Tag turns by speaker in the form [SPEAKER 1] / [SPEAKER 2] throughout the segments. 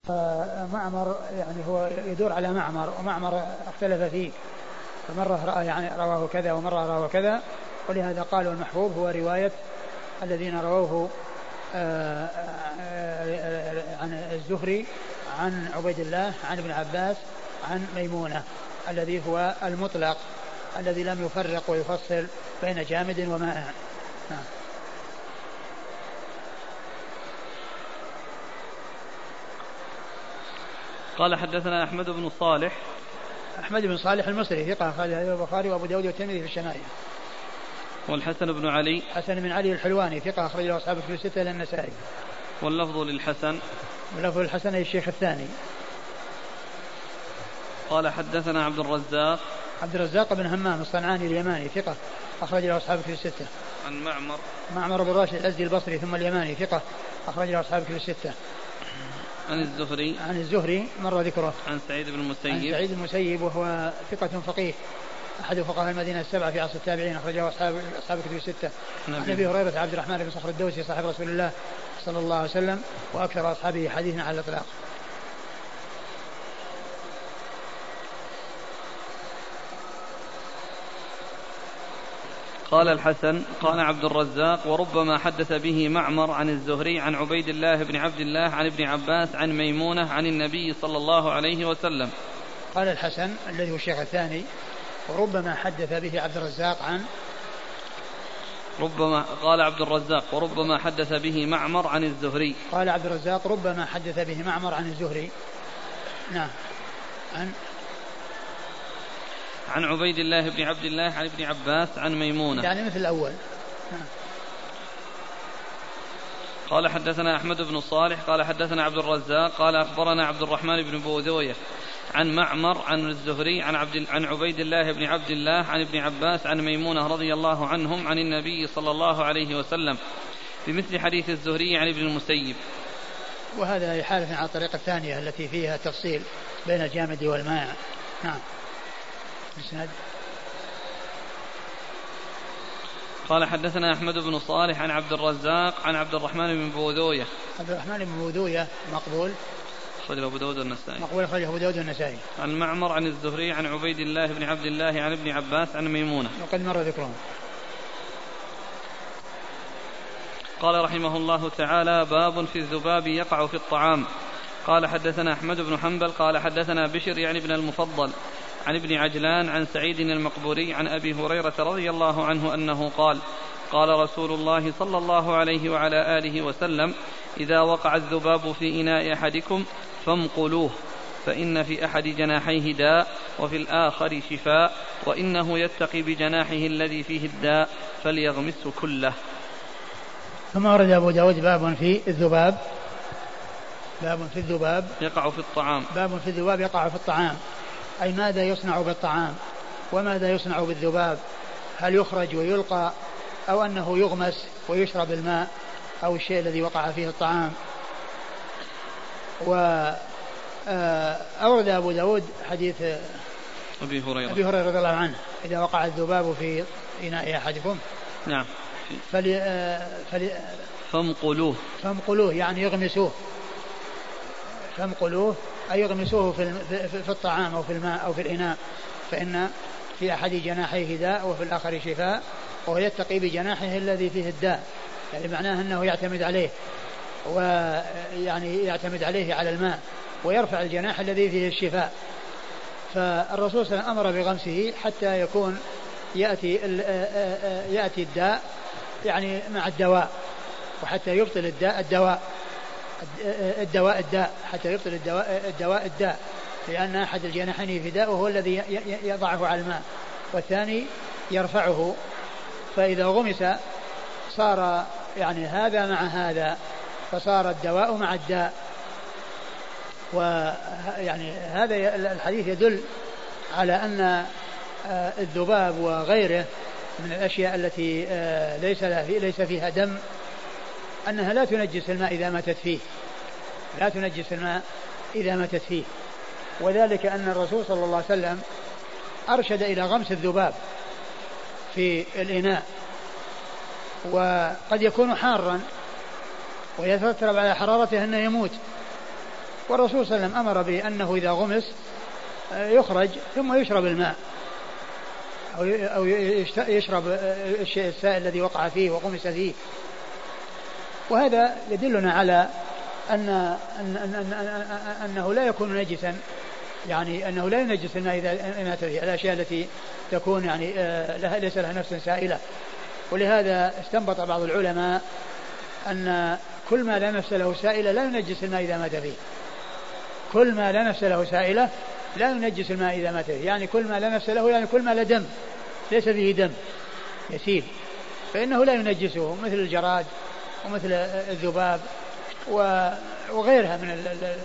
[SPEAKER 1] معمر يعني هو يدور على معمر، ومعمر اختلف فيه، فمرة يعني رواه كذا ومرة رواه كذا، ولهذا قالوا المحفوظ هو رواية الذين رووه عن الزهري عن عبيد الله عن ابن عباس عن ميمونة، الذي هو المطلق الذي لم يفرق ويفصل بين جامد ومائع.
[SPEAKER 2] قال حدثنا أحمد بن صالح.
[SPEAKER 1] أحمد بن صالح المصري ثقة أخرج له البخاري وأبو داود والترمذي في الشمائل.
[SPEAKER 2] والحسن بن علي.
[SPEAKER 1] حسن بن علي الحلواني ثقة أخرج له أصحاب الكتب الستة إلا النسائي.
[SPEAKER 2] واللفظ للحسن.
[SPEAKER 1] واللفظ للحسن الشيخ الثاني.
[SPEAKER 2] قال حدثنا عبد الرزاق.
[SPEAKER 1] عبد الرزاق بن همام الصنعاني اليماني ثقة أخرج له أصحاب الكتب الستة.
[SPEAKER 2] عن
[SPEAKER 1] معمر بن راشد الأزدي البصري ثم اليماني ثقة أخرج له أصحاب الكتب الستة.
[SPEAKER 2] عن
[SPEAKER 1] الزهري مر ذكره.
[SPEAKER 2] عن سعيد بن المسيب.
[SPEAKER 1] عن سعيد بن المسيب وهو ثقة فقيه أحد فقهاء المدينة السبعة في عصر التابعين أخرجه أصحاب الكتب الستة. عن أبي هريرة عبد الرحمن بن صخر الدوسي صاحب رسول الله صلى الله عليه وسلم وأكثر أصحابه حديثا على الإطلاق.
[SPEAKER 2] قال الحسن قال عبد الرزاق وربما حدث به معمر عن الزهري عن عبيد الله بن عبد الله عن ابن عباس عن ميمونة عن النبي صلى الله عليه وسلم.
[SPEAKER 1] قال الحسن الذي هو الشيخ الثاني وربما حدث به عبد الرزاق عن
[SPEAKER 2] قال عبد الرزاق وربما حدث به معمر عن الزهري.
[SPEAKER 1] قال عبد الرزاق ربما حدث به معمر عن الزهري. نعم.
[SPEAKER 2] عن عبيد الله بن عبد الله عن ابن عباس عن ميمونة
[SPEAKER 1] يعني مثل الأول.
[SPEAKER 2] قال حدثنا أحمد بن صالح قال حدثنا عبد الرزاق قال أخبرنا عبد الرحمن بن بوذوية عن معمر عن الزهري عن عبيد الله بن عبد الله عن ابن عباس عن ميمونة رضي الله عنهم عن النبي صلى الله عليه وسلم بمثل حديث الزهري عن ابن المسيب.
[SPEAKER 1] وهذا يحالف على الطريقة الثانية التي فيها تفصيل بين الجامد والمائع. نعم.
[SPEAKER 2] قال حدثنا أحمد بن صالح عن عبد الرزاق عن عبد الرحمن بن بوذوية.
[SPEAKER 1] عبد الرحمن بن بوذوية مقبول
[SPEAKER 2] أخرجه أبو داود والنسائي.
[SPEAKER 1] مقبول أخرجه أبو داود والنسائي.
[SPEAKER 2] عن معمر عن الزهري عن عبيد الله بن عبد الله عن ابن عباس عن ميمونة
[SPEAKER 1] وقد مر ذكرهم.
[SPEAKER 2] قال رحمه الله تعالى باب في الذباب يقع في الطعام. قال حدثنا أحمد بن حنبل قال حدثنا بشر يعني ابن المفضل عن ابن عجلان عن سعيد المقبوري عن أبي هريرة رضي الله عنه أنه قال قال رسول الله صلى الله عليه وعلى آله وسلم إذا وقع الذباب في إناء أحدكم فامقلوه فإن في أحد جناحيه داء وفي الآخر شفاء وإنه يتقي بجناحه الذي فيه الداء فليغمسه كله.
[SPEAKER 1] ثم ورد أبو داود باب في الذباب
[SPEAKER 2] يقع في الطعام.
[SPEAKER 1] باب في الذباب يقع في الطعام أي ماذا يصنع بالطعام وماذا يصنع بالذباب، هل يخرج ويلقى أو أنه يغمس ويشرب الماء أو الشيء الذي وقع فيه الطعام. وأورد أبو داود حديث
[SPEAKER 2] أبي هريرة
[SPEAKER 1] رضي الله عنه إذا وقع الذباب في إناء أحدكم
[SPEAKER 2] نعم
[SPEAKER 1] فامقلوه يعني يغمسوه. فامقلوه أي يغمسوه في الطعام أو في الماء أو في الإناء فإن في أحد جناحيه داء وفي الآخر شفاء وهو يتقي بجناحه الذي فيه الداء، يعني معناه أنه يعتمد عليه ويعني يعتمد عليه على الماء ويرفع الجناح الذي فيه الشفاء. فالرسول صلى الله عليه وسلم أمر بغمسه حتى يكون يأتي الداء يعني مع الدواء وحتى يبطل الدواء حتى يبطل الدواء لأن أحد الجناحين في داء وهو الذي يضعه على الماء والثاني يرفعه، فإذا غمس صار يعني هذا مع هذا فصار الدواء مع الداء. ويعني هذا الحديث يدل على أن الذباب وغيره من الأشياء التي ليس فيها دم أنها لا تنجس الماء إذا ماتت فيه، وذلك أن الرسول صلى الله عليه وسلم أرشد إلى غمس الذباب في الإناء وقد يكون حارا ويترتب على حرارته أنه يموت والرسول صلى الله عليه وسلم أمر بأنه إذا غمس يخرج ثم يشرب الماء أو يشرب الشيء السائل الذي وقع فيه وغمس فيه. وهذا يدلنا على أنه لا يكون نجسا، يعني أنه لا ينجس الماء إذا مات فيه، الأشياء التي تكون يعني ليس لها نفس سائلة. ولهذا استنبط بعض العلماء أن كل ما لا نفس له سائلة لا ينجس الماء إذا مات فيه. كل ما لا نفس له سائلة لا ينجس الماء إذا مات فيه، يعني كل ما لا نفس له، يعني كل ما لا دم ليس فيه دم يسيل فإنه لا ينجسه، مثل الجراد ومثل الذباب وغيرها من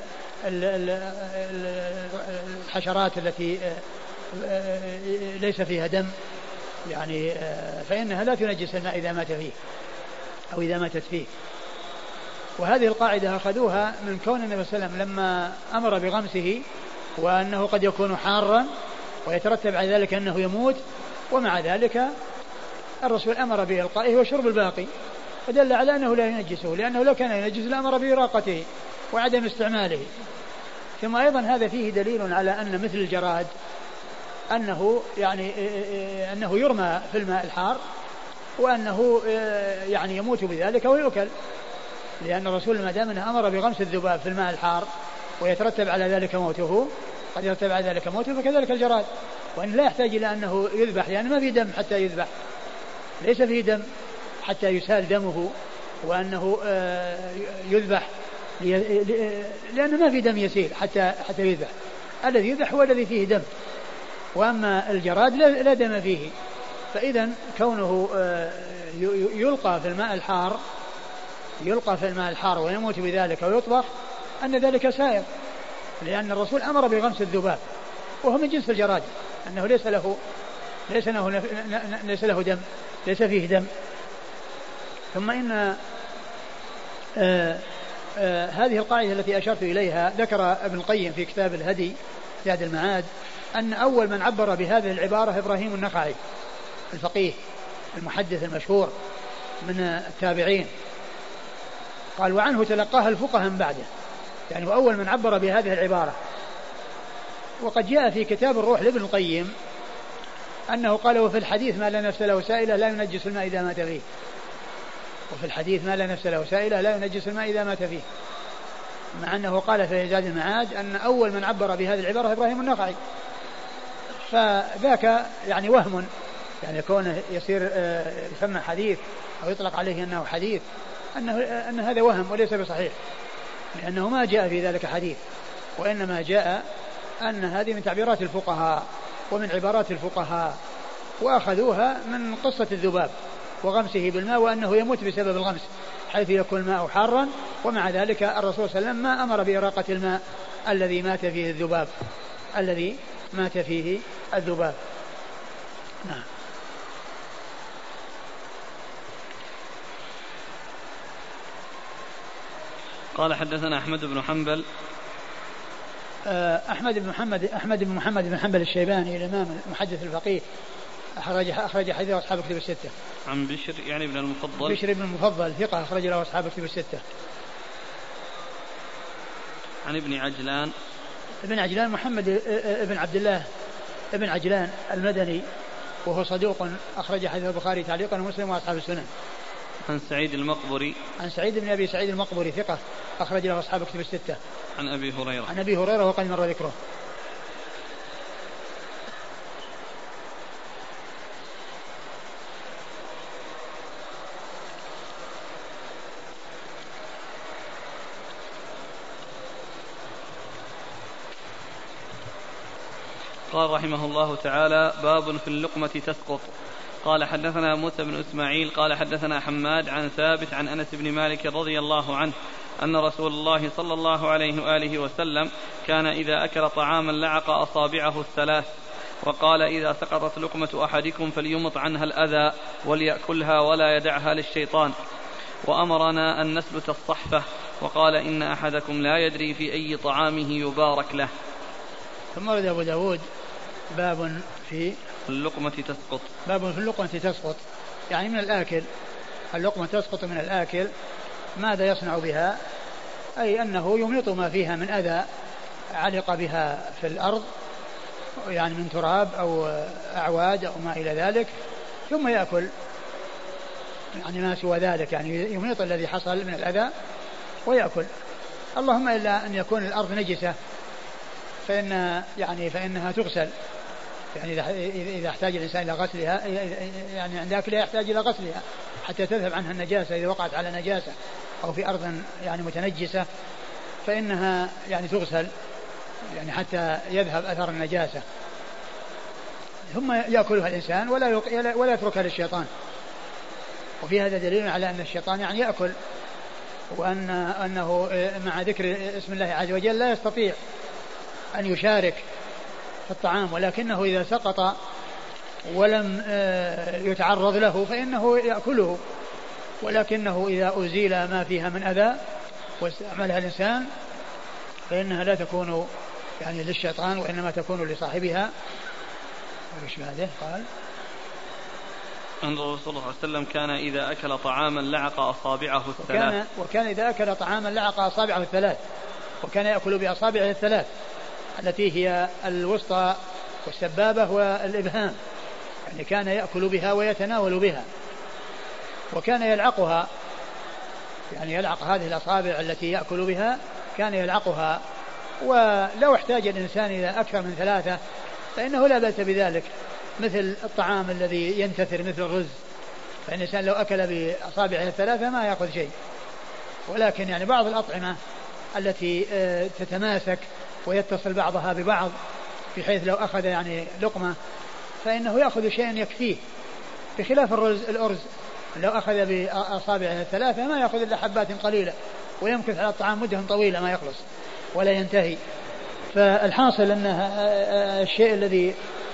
[SPEAKER 1] الحشرات التي ليس فيها دم، يعني فإنها لا تنجس الماء إذا مات فيه أو إذا ماتت فيه. وهذه القاعدة أخذوها من كون النبي صلى الله عليه وسلم لما أمر بغمسه وأنه قد يكون حارا ويترتب على ذلك أنه يموت، ومع ذلك الرسول أمر بإلقائه وشرب الباقي، فدل على أنه لا ينجسه، لأنه لو كان ينجس لأمر بإراقته وعدم استعماله. ثم أيضا هذا فيه دليل على أن مثل الجراد أنه يعني أنه يرمى في الماء الحار وأنه يعني يموت بذلك ويؤكل، لأن الرسول ما دام أنه أمر بغمس الذباب في الماء الحار ويترتب على ذلك موته، قد يترتب على ذلك موته، فكذلك الجراد، وأن لا يحتاج إلى أنه يذبح، لأن ما في دم حتى يذبح، ليس فيه دم حتى يسال دمه وأنه يذبح، لأنه ما في دم يسيل حتى يذبح. الذي يذبح هو الذي فيه دم، وأما الجراد لا دم فيه. فإذا كونه يلقى في الماء الحار ويموت بذلك ويطبخ أن ذلك سائر، لأن الرسول أمر بغمس الذباب وهو من جنس الجراد، أنه ليس له دم، ليس فيه دم. ثم إن هذه القاعدة التي أشرت إليها ذكر ابن القيم في كتاب الهدي زاد المعاد أن أول من عبر بهذه العبارة إبراهيم النخعي الفقيه المحدث المشهور من التابعين، قال وعنه تلقاها الفقهاء من بعده، يعني وأول من عبر بهذه العبارة. وقد جاء في كتاب الروح لابن القيم أنه قال وفي الحديث ما لا نفس له سائلة لا ينجس الماء إذا مات فيه، وفي الحديث ما لا نفس له سائلة لا ينجس الماء إذا مات فيه، مع أنه قال في زاد المعاد أن أول من عبر بهذه العبارة إبراهيم النخعي. فذاك يعني وهم، يعني كونه يصير يسمى حديث أو يطلق عليه أنه حديث، أن هذا وهم وليس بصحيح، لأنه ما جاء في ذلك حديث، وإنما جاء أن هذه من تعبيرات الفقهاء ومن عبارات الفقهاء، وأخذوها من قصة الذباب وغمسه بالماء وأنه يموت بسبب الغمس حيث يكون الماء حارا، ومع ذلك الرسول صلى الله عليه وسلم ما أمر بإراقة الماء الذي مات فيه الذباب. نعم.
[SPEAKER 2] قال حدثنا أحمد بن حنبل.
[SPEAKER 1] أحمد بن محمد بن حنبل الشيباني الإمام المحدث الفقيه أخرج حديثه أصحاب كتب الستة.
[SPEAKER 2] عن بشر يعني بن المفضل.
[SPEAKER 1] بشر بن المفضل ثقة أخرج له أصحاب كتب الستة.
[SPEAKER 2] عن ابن عجلان.
[SPEAKER 1] ابن عجلان محمد ابن عبد الله ابن عجلان المدني وهو صدوق أخرج حديث البخاري تعليقا ومسلم وأصحاب السنن.
[SPEAKER 2] عن سعيد المقبري.
[SPEAKER 1] عن سعيد بن أبي سعيد المقبري ثقة أخرج له أصحاب كتب الستة.
[SPEAKER 2] عن أبي
[SPEAKER 1] هريرة وقد مر ذكره.
[SPEAKER 2] قال رحمه الله تعالى باب في اللقمة تسقط. قال حدثنا موسى بن إسماعيل قال حدثنا حماد عن ثابت عن أنس بن مالك رضي الله عنه أن رسول الله صلى الله عليه وآله وسلم كان إذا أكل طعاما لعق أصابعه الثلاث، وقال إذا سقطت لقمة أحدكم فليمط عنها الأذى وليأكلها ولا يدعها للشيطان، وأمرنا أن نسلت الصحفة، وقال إن أحدكم لا يدري في أي طعامه يبارك له.
[SPEAKER 1] ثم ورد أبو داود باب في
[SPEAKER 2] اللقمة تسقط.
[SPEAKER 1] باب في اللقمة تسقط، يعني من الآكل، اللقمة تسقط من الآكل، ماذا يصنع بها؟ أي أنه يميط ما فيها من أذى علق بها في الأرض يعني من تراب أو أعواد أو ما إلى ذلك، ثم يأكل يعني ما سوى ذلك، يعني يميط الذي حصل من الأذى ويأكل. اللهم إلا أن يكون الأرض نجسة فإنها تغسل، يعني إذا احتاج الإنسان إلى غسلها، يعني عند أكلها يحتاج إلى غسلها حتى تذهب عنها النجاسة. إذا وقعت على نجاسة أو في أرض يعني متنجسة فإنها يعني تغسل يعني حتى يذهب أثر النجاسة، ثم يأكلها الإنسان ولا يتركها للشيطان. وفي هذا دليل على أن الشيطان يعني يأكل، وأنه مع ذكر اسم الله عز وجل لا يستطيع أن يشارك في الطعام، ولكنه إذا سقط ولم يتعرض له فإنه يأكله، ولكنه إذا أزيل ما فيها من أذى واستعملها الإنسان فإنها لا تكون يعني للشيطان وإنما تكون لصاحبها. وش بعده؟ قال
[SPEAKER 2] أن الرسول صلى الله عليه وسلم كان إذا أكل طعاما لعق أصابعه الثلاث.
[SPEAKER 1] وكان إذا أكل طعاما لعق أصابعه الثلاث، وكان يأكل بأصابعه الثلاث التي هي الوسطى والسبابة والإبهام، يعني كان يأكل بها ويتناول بها، وكان يلعقها، يعني يلعق هذه الأصابع التي يأكل بها كان يلعقها. ولو احتاج الإنسان إلى أكثر من ثلاثة فإنه لا بأس بذلك، مثل الطعام الذي ينتثر مثل الرز، فإن الإنسان لو أكل بأصابعه الثلاثة ما يأخذ شيء. ولكن يعني بعض الأطعمة التي تتماسك ويتصل بعضها ببعض بحيث لو أخذ يعني لقمة فإنه يأخذ شيئا يكفيه، بخلاف الأرز لو أخذ بأصابعه الثلاثة ما يأخذ إلا حبات قليلة ويمكث على الطعام مدة طويلة ما يخلص ولا ينتهي. فالحاصل أن الشيء الذي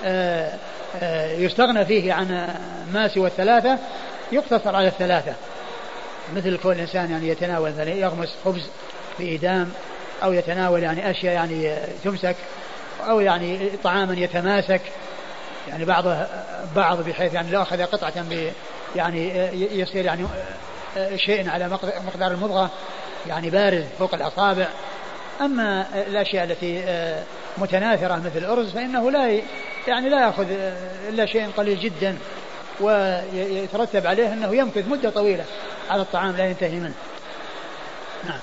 [SPEAKER 1] يستغنى فيه عن ما سوى الثلاثة يقتصر على الثلاثة، مثل كل إنسان يعني يتناول يغمس خبز بإيدام، أو يتناول يعني أشياء يعني تمسك، أو يعني طعاما يتماسك يعني بعض بحيث يعني لو أخذ قطعة يعني يصير يعني شيء على مقدار المضغة يعني بارز فوق الأصابع. أما الأشياء التي متناثرة مثل الأرز فإنه لا يأخذ إلا شيء قليل جدا، ويترتب عليه أنه يمكث مدة طويلة على الطعام لا ينتهي منه. نعم.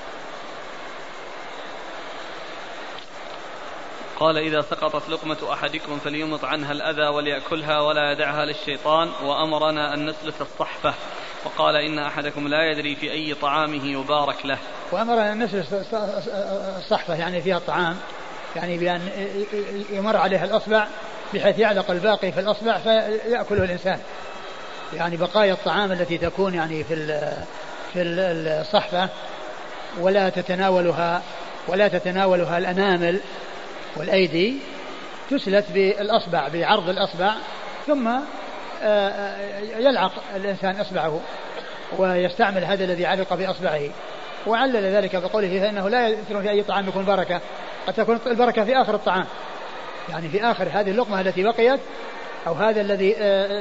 [SPEAKER 2] قال إذا سقطت لقمة أحدكم فليمط عنها الأذى وليأكلها ولا يدعها للشيطان، وأمرنا أن نسلك الصحفة، وقال إن أحدكم لا يدري في أي طعامه يبارك له.
[SPEAKER 1] وأمرنا أن نسلك الصحفة يعني فيها الطعام، يعني بأن يمر عليها الأصبع بحيث يعلق الباقي في الأصبع فيأكله الإنسان، يعني بقايا الطعام التي تكون يعني في الصحفة ولا تتناولها الأنامل والأيدي، تسلت بالأصبع بعرض الأصبع، ثم يلعق الإنسان أصبعه ويستعمل هذا الذي علق بأصبعه. وعلل ذلك بقوله فإنه لا يثر في أي طعام يكون بركة، قد تكون البركة في آخر الطعام، يعني في آخر هذه اللقمة التي بقيت أو هذا الذي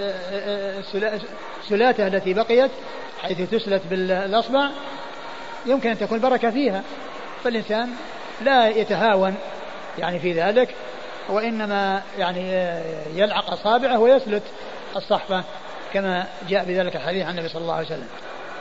[SPEAKER 1] سلاتة التي بقيت حيث تسلت بالأصبع يمكن أن تكون بركة فيها، فالإنسان لا يتهاون يعني في ذلك، وإنما يعني يلعق أصابعه ويسلت الصحفة كما جاء بذلك الحديث عن النبي صلى الله عليه وسلم.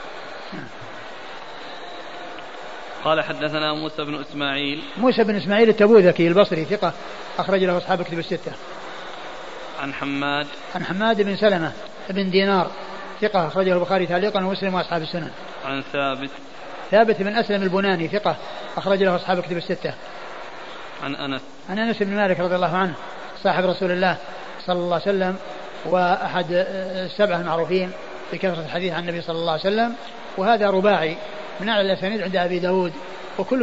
[SPEAKER 2] قال حدثنا موسى بن إسماعيل
[SPEAKER 1] التبوذكي البصري ثقة أخرج له أصحاب كتب الستة.
[SPEAKER 2] عن
[SPEAKER 1] حماد بن سلمة بن دينار ثقة أخرجه البخاري تعليقا ومسلم وأصحاب السنن.
[SPEAKER 2] عن
[SPEAKER 1] ثابت بن أسلم البناني ثقة أخرج له أصحاب كتب الستة.
[SPEAKER 2] عن
[SPEAKER 1] أنس بن مالك رضي الله عنه صاحب رسول الله صلى الله عليه وسلم وأحد السبعة المعروفين بكثرة الحديث عن النبي صلى الله عليه وسلم، وهذا رباعي من أعلى الأسانيد عند أبي داود، وكل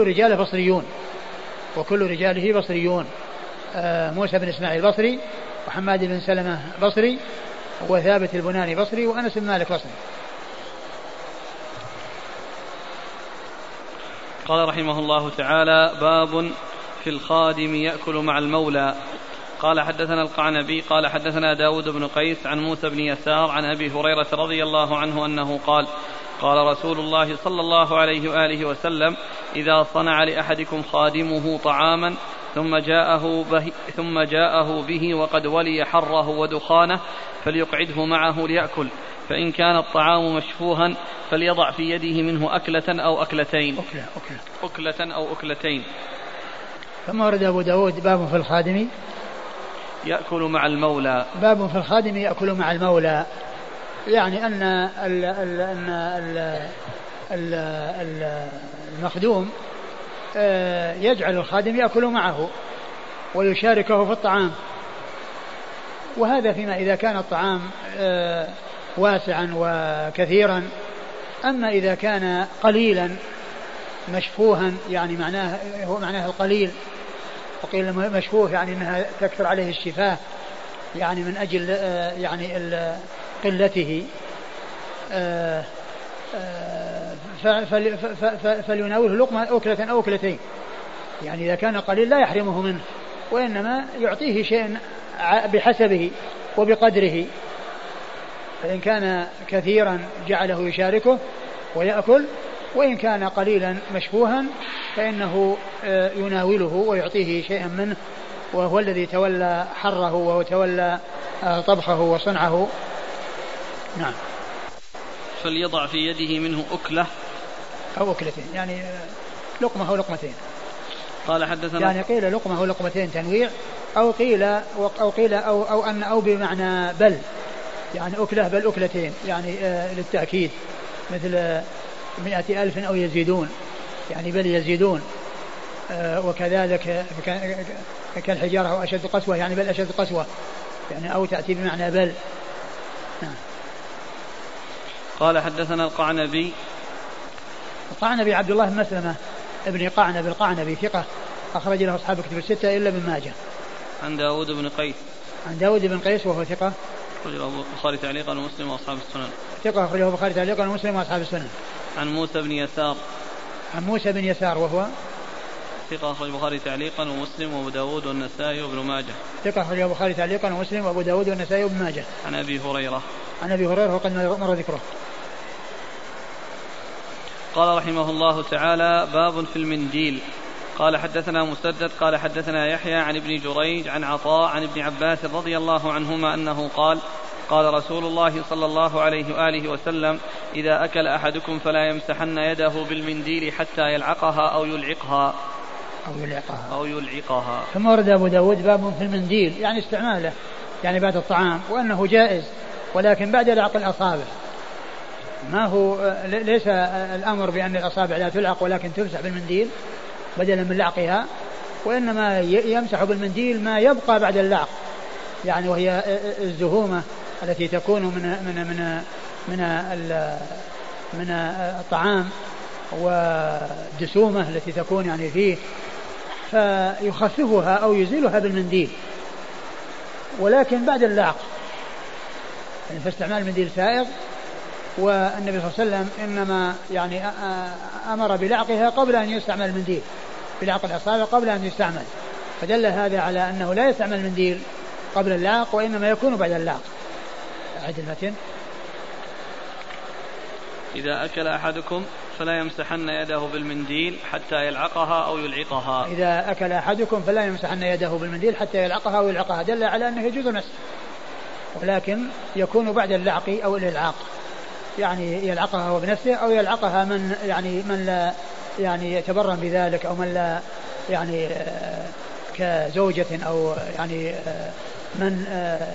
[SPEAKER 1] رجاله بصريون. موسى بن إسماعيل بصري، وحماد بن سلمة بصري، وثابت البناني بصري، وأنس بن مالك بصري.
[SPEAKER 2] قال رحمه الله تعالى: باب في الخادم يأكل مع المولى. قال حدثنا القعنبي قال حدثنا داود بن قيس عن موسى بن يسار عن أبي هريرة رضي الله عنه أنه قال: قال رسول الله صلى الله عليه وآله وسلم: إذا صنع لأحدكم خادمه طعاما ثم جاءه به وقد ولي حره ودخانه فليقعده معه ليأكل، فإن كان الطعام مشفوها فليضع في يده منه أكلة أو أكلتين. أكلة أو أكلتين.
[SPEAKER 1] ثم ورد أبو داود باب في الخادم
[SPEAKER 2] يأكل مع المولى.
[SPEAKER 1] باب في الخادم يأكل مع المولى، يعني أن المخدوم يجعل الخادم يأكل معه ويشاركه في الطعام، وهذا فيما إذا كان الطعام واسعا وكثيرا. أما إذا كان قليلا مشفوها يعني معناه القليل، وقيل مشفوه يعني أنها تكثر عليه الشفاه يعني من أجل يعني قلته، فليناوله لقمة أكلة أو أكلتين. يعني إذا كان قليل لا يحرمه منه، وإنما يعطيه شيء بحسبه وبقدره. فإن كان كثيرا جعله يشاركه ويأكل، وإن كان قليلا مشفوها فإنه يناوله ويعطيه شيئا منه، وهو الذي تولى حره وتولى طبخه وصنعه. نعم.
[SPEAKER 2] فليضع في يده منه أكلة
[SPEAKER 1] أو أكلتين، يعني لقمة أو لقمتين.
[SPEAKER 2] قال حدثنا
[SPEAKER 1] يعني قيل لقمة أو لقمتين تنويع، أو قيل أو بمعنى بل، يعني أكلة بل أكلتين، يعني للتأكيد، مثل 100,000 أو يزيدون، يعني بل يزيدون. وكذلك كالحجارة أو أشد قسوة، يعني بل أشد قسوة، يعني أو تأتي بمعنى بل.
[SPEAKER 2] قال حدثنا القعنبي
[SPEAKER 1] عبد الله بن مسلمة ابن قعنب القعنبي ثقة، أخرج له أصحاب كتب الستة إلا ابن ماجه.
[SPEAKER 2] عن داود بن قيس.
[SPEAKER 1] عن داود بن قيس وهو ثقة،
[SPEAKER 2] أخرجه البخاري تعليقا ومسلم وأصحاب السنن.
[SPEAKER 1] ثقة أخرجه البخاري تعليقا ومسلم وأصحاب السنن.
[SPEAKER 2] عن موسى بن يسار.
[SPEAKER 1] عن موسى بن يسار وهو
[SPEAKER 2] ثقة، أخرج البخاري تعليقا ومسلم وأبو داود والنسائي وابن ماجه.
[SPEAKER 1] ثقة، أخرج البخاري تعليقا ومسلم وأبو داود والنسائي وابن ماجه.
[SPEAKER 2] عن أبي هريرة.
[SPEAKER 1] عن أبي هريرة وقد مر ذكره.
[SPEAKER 2] قال رحمه الله تعالى: باب في المنديل. قال حدثنا مسدد قال حدثنا يحيى عن ابن جريج عن عطاء عن ابن عباس رضي الله عنهما أنه قال: قال رسول الله صلى الله عليه وآله وسلم: إذا أكل أحدكم فلا يمسحن يده بالمنديل حتى يلعقها أو يلعقها.
[SPEAKER 1] ثم ورد أبو داود باب في المنديل، يعني استعماله يعني بعد الطعام، وأنه جائز ولكن بعد لعق الأصابع. ما هو ليس الأمر بأن الأصابع لا تلعق ولكن تمسح بالمنديل بدلا من لعقها، وإنما يمسح بالمنديل ما يبقى بعد اللعق، يعني وهي الزهومة التي تكون من الطعام والدسومة التي تكون يعني فيه، فيخففها أو يزيلها بالمنديل، ولكن بعد اللعق. يعني فاستعمال المنديل سائغ، والنبي صلى الله عليه وسلم إنما يعني أمر بلعقها قبل أن يستعمل المنديل، بلعق الأصابع قبل أن يستعمل، فدل هذا على أنه لا يستعمل المنديل قبل اللعق وإنما يكون بعد اللعق. أعد المتن.
[SPEAKER 2] إذا أكل أحدكم فلا يمسحن يده بالمنديل حتى يلعقها أو يلعقها.
[SPEAKER 1] إذا أكل أحدكم فلا يمسحن يده بالمنديل حتى يلعقها أو يلعقها، دل على أنه يجوز المسح، ولكن يكون بعد اللعق أو الإلعاق، يعني يلعقها هو بنفسه أو يلعقها من لا يعني يتبرم بذلك، أو من لا يعني كزوجة أو يعني من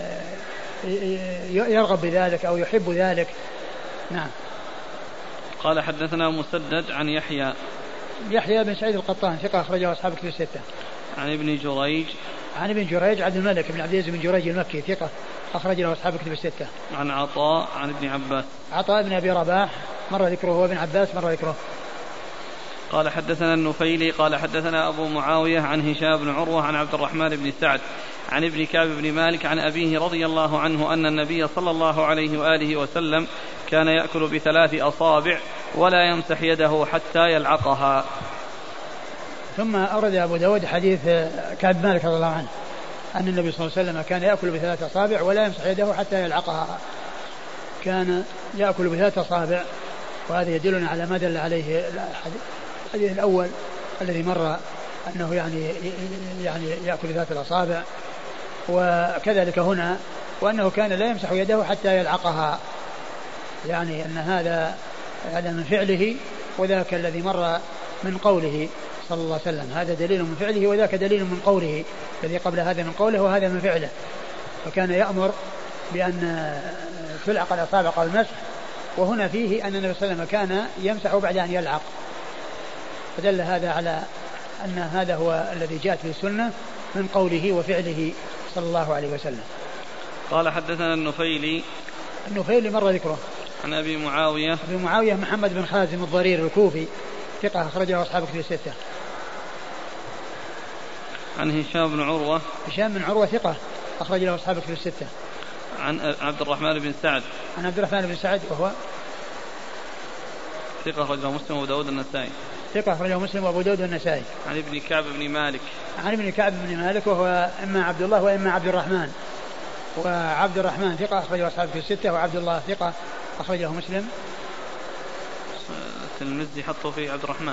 [SPEAKER 1] يرغب بذلك أو يحب ذلك. نعم.
[SPEAKER 2] قال حدثنا مسدد عن يحيى
[SPEAKER 1] بن سعيد القطان ثقة، أخرجه أصحاب كتب الستة.
[SPEAKER 2] عن ابن جريج
[SPEAKER 1] عبد الملك بن عبد العزيز بن جريج المكي ثقة، أخرج له أصحاب كتب الستة.
[SPEAKER 2] عن عطاء عن ابن عباس.
[SPEAKER 1] عطاء بن أبي رباح مر ذكره، وابن عباس مر ذكره.
[SPEAKER 2] قال حدثنا النفيلي قال حدثنا أبو معاوية عن هشام بن عروة عن عبد الرحمن بن سعد عن ابن كعب بن مالك عن أبيه رضي الله عنه أن النبي صلى الله عليه وآله وسلم كان يأكل ب3 أصابع ولا يمسح يده حتى يلعقها.
[SPEAKER 1] ثم أورد أبو داود حديث كعب بن مالك رضي الله عنه أن النبي صلى الله عليه وسلم كان يأكل ب3 أصابع ولا يمسح يده حتى يلعقها. كان يأكل ب3 أصابع، وهذا يدلنا على ما دل عليه الحديث الأول الذي مر أنه يعني يأكل ذات الأصابع، وكذلك هنا وأنه كان لا يمسح يده حتى يلعقها، يعني أن هذا من فعله وذاك الذي مر من قوله صلى الله عليه وسلم. هذا دليل من فعله وذاك دليل من قوله، الذي قبل هذا من قوله وهذا من فعله. فكان يأمر بأن تلعق الأصابع قبل المسح، وهنا فيه أن النبي صلى الله عليه وسلم كان يمسح بعد أن يلعق، فدل هذا على أن هذا هو الذي جاءت به السنة من قوله وفعله صلى الله عليه وسلم.
[SPEAKER 2] قال حدثنا النفيلي
[SPEAKER 1] مر ذكره.
[SPEAKER 2] عن أبي معاوية
[SPEAKER 1] محمد بن خازم الضرير الكوفي ثقة أخرجه أصحاب كتب الستة.
[SPEAKER 2] عن هشام بن عروة
[SPEAKER 1] ثقة أخرج له أصحاب كتب الستة.
[SPEAKER 2] عن عبد الرحمن بن سعد
[SPEAKER 1] وهو
[SPEAKER 2] ثقة أخرجه مسلم وأبو داود النسائي.
[SPEAKER 1] ثقة أخرجه مسلم وأبو داود النسائي.
[SPEAKER 2] عن ابن كعب بن مالك
[SPEAKER 1] وهو إما عبد الله وإما عبد الرحمن، وعبد الرحمن ثقة أخرجه أصحاب كتب الستة، وعبد الله ثقة أخرجه مسلم.
[SPEAKER 2] المزي حطه في عبد الرحمن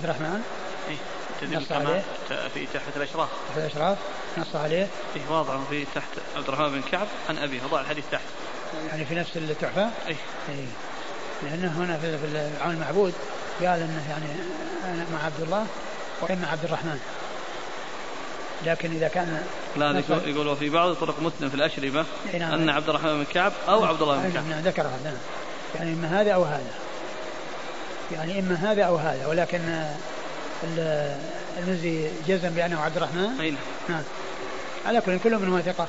[SPEAKER 1] نص عليه
[SPEAKER 2] في تحت الأشراف
[SPEAKER 1] نص عليه
[SPEAKER 2] واضع في تحت عبد الرحمن بن كعب عن أبي، وضع الحديث تحت
[SPEAKER 1] يعني في نفس التحفة. لأنه هنا في العون المعبود قال أنه يعني أنا مع عبد الله وإما عبد الرحمن، لكن إذا كان
[SPEAKER 2] لا يقول وفي بعض طرق مسلم في الأشربة أن عبد الرحمن بن كعب أو عبد الله بن كعب.
[SPEAKER 1] ذكر هذا يعني إما هذا أو هذا، ولكن المزي جزم بأنه عبد الرحمن. نعم. على كل منهم ثقة.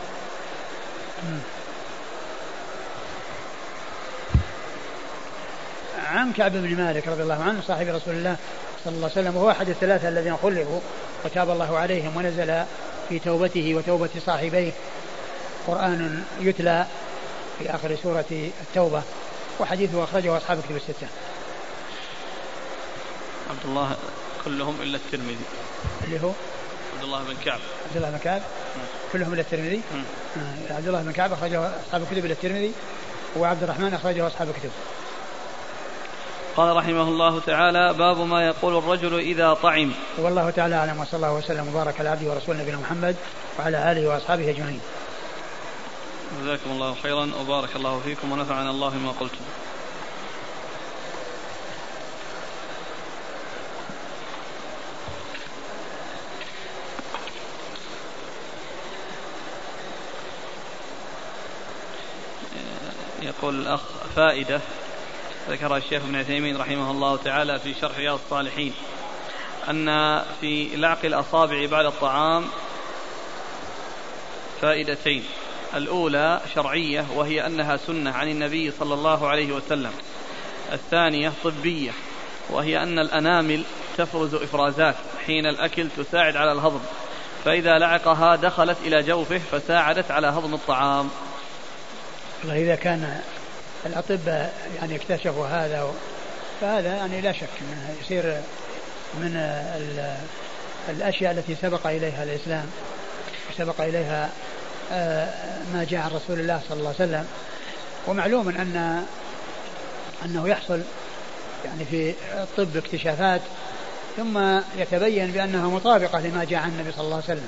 [SPEAKER 1] عن كعب بن مالك رضي الله عنه صاحب رسول الله صلى الله عليه وسلم، وهو أحد الثلاثة الذين خلفوا وتاب الله عليهم، ونزل في توبته وتوبة صاحبيه قرآن يتلى في آخر سورة التوبة، وحديثه أخرجه أصحاب كتب الستة.
[SPEAKER 2] عبد الله كلهم إلا الترمذي
[SPEAKER 1] اللي هو
[SPEAKER 2] عبد الله بن كعب
[SPEAKER 1] كلهم إلا الترمذي. عبد الله بن كعب أخرجه أصحاب الكتب إلا الترمذي، وعبد الرحمن أخرجه أصحاب الكتب.
[SPEAKER 2] قال رحمه الله تعالى: باب ما يقول الرجل إذا طعم.
[SPEAKER 1] والله تعالى أعلم، وصلى الله وسلم وبارك على عبده ورسوله نبينا محمد وعلى آله وأصحابه أجمعين.
[SPEAKER 2] جزاكم الله خيرا وبارك الله فيكم ونفعنا الله بما قلتم. يقول الأخ: فائدة ذكر الشيخ ابن عثيمين رحمه الله تعالى في شرح رياض الصالحين أن في لعق الأصابع بعد الطعام فائدتين: الأولى شرعية وهي أنها سنة عن النبي صلى الله عليه وسلم. الثانية طبية وهي أن الأنامل تفرز إفرازات حين الأكل تساعد على الهضم، فإذا لعقها دخلت إلى جوفه فساعدت على هضم الطعام.
[SPEAKER 1] إذا كان الأطباء يعني اكتشفوا هذا فهذا يعني لا شك أنه يصير من الأشياء التي سبق إليها الإسلام وسبق إليها ما جاء عن رسول الله صلى الله عليه وسلم. ومعلوم أنه يحصل يعني في الطب اكتشافات ثم يتبين بأنها مطابقة لما جاء عن النبي صلى الله عليه وسلم،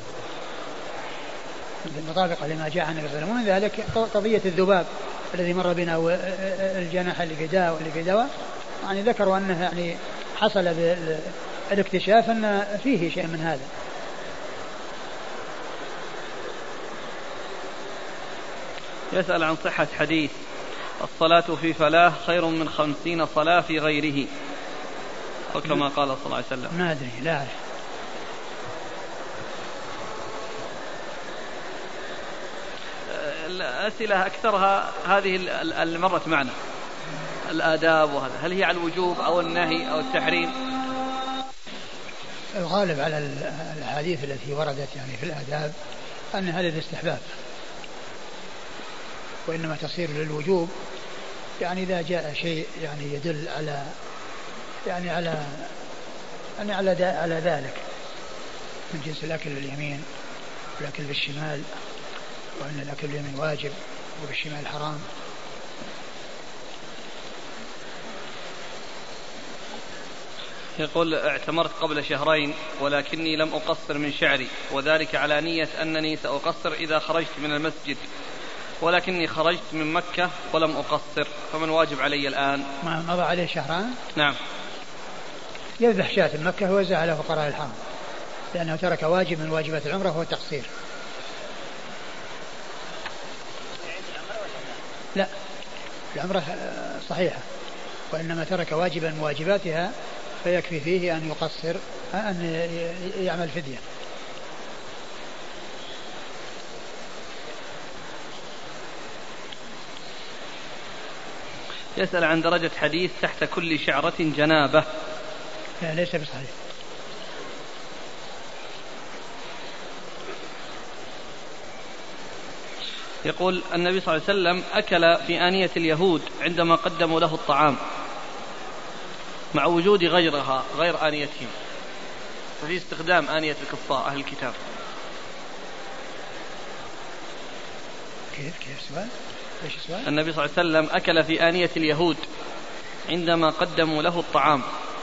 [SPEAKER 1] مطابقة لما جاء عن النبي صلى الله عليه وسلم. ومن ذلك قضية الذباب الذي مر بنا والجناح اللي في داء واللي في دواء، يعني ذكروا أنه يعني حصل بالاكتشاف أن فيه شيء من هذا.
[SPEAKER 2] يسأل عن صحة حديث: الصلاة في فلاة خير من 50 صلاة في غيره، أو كما قال صلى الله عليه وسلم.
[SPEAKER 1] ما أدري، لا أعرف.
[SPEAKER 2] الأسئلة أكثرها هذه اللي مرت معنا، الآداب وهذا، هل هي على الوجوب أو النهي أو التحريم؟
[SPEAKER 1] الغالب على الأحاديث التي وردت يعني في الآداب أن هذا الاستحباب، وإنما تصير للوجوب يعني إذا جاء شيء يعني يدل على ذلك من جنس الأكل باليمين والأكل بالشمال، وأن الأكل باليمين واجب وبالشمال حرام.
[SPEAKER 2] يقول اعتمرت قبل شهرين ولكني لم أقصر من شعري، وذلك على نية أنني سأقصر إذا خرجت من المسجد، ولكني خرجت من مكة ولم أقصر، فمن واجب علي الآن؟
[SPEAKER 1] ما مضى عليه شهران.
[SPEAKER 2] نعم.
[SPEAKER 1] يذبح شاة مكة ويوزعها على فقراء الحرم، لأنه ترك واجب من واجبات العمرة وهو التقصير. لا، العمرة صحيحة، وإنما ترك واجبا من واجباتها فيكفي فيه أن يقصر، أن يعمل فدية.
[SPEAKER 2] يسأل عن درجة حديث تحت كل شعرة جنابة.
[SPEAKER 1] لا، ليس بصحيح.
[SPEAKER 2] يقول النبي صلى الله عليه وسلم أكل في آنية اليهود عندما قدموا له الطعام مع وجود غيرها غير آنيتهم، ففي استخدام آنية الكفار أهل الكتاب.
[SPEAKER 1] كيف سؤال؟ ايش السؤال؟
[SPEAKER 2] النبي صلى الله عليه وسلم أكل في آنية اليهود عندما قدموا له الطعام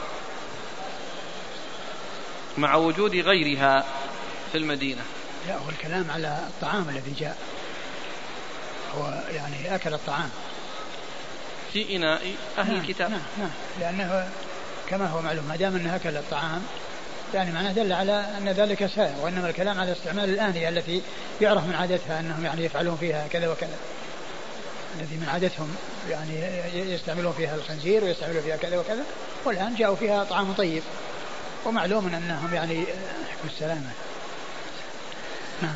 [SPEAKER 2] مع وجود غيرها في المدينة.
[SPEAKER 1] لا، هو الكلام على الطعام الذي جاء، هو يعني أكل الطعام
[SPEAKER 2] في إناء أهل الكتاب.
[SPEAKER 1] نعم، لأنه كما هو معلوم ما دام أنه أكل الطعام يعني معناه دل على أن ذلك سائر، وإنما الكلام على استعمال الآنية التي يعرف من عادتها أنهم يعني يفعلون فيها كذا وكذا، الذي من عادتهم يعني يستعملون فيها الخنزير ويستعملون فيها كذا وكذا، والآن جاءوا فيها طعام طيب ومعلوم أنهم يعني يحكوا السلامة. نعم.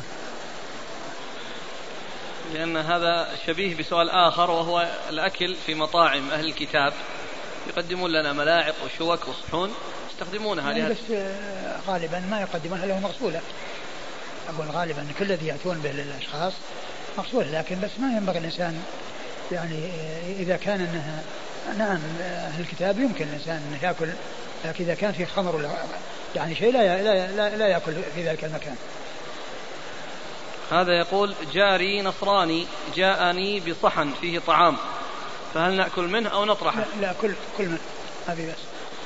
[SPEAKER 2] لأن هذا شبيه بسؤال آخر، وهو الأكل في مطاعم أهل الكتاب، يقدمون لنا ملاعق وشوك وصحون يستخدمونها
[SPEAKER 1] يعني بس غالبا ما يقدمونها له مغسولة. أقول غالبا كل الذي يأتون به للأشخاص مغسول، لكن بس ما ينبغي الإنسان يعني إذا كان أنها نعم أهل الكتاب يمكن الإنسان أن يأكل، لكن إذا كان في خمر ولا يعني شيء لا يأكل في ذلك المكان.
[SPEAKER 2] هذا يقول جاري نصراني جاءني بصحن فيه طعام، فهل نأكل منه أو نطرحه؟
[SPEAKER 1] لا كل منه، هذه بس.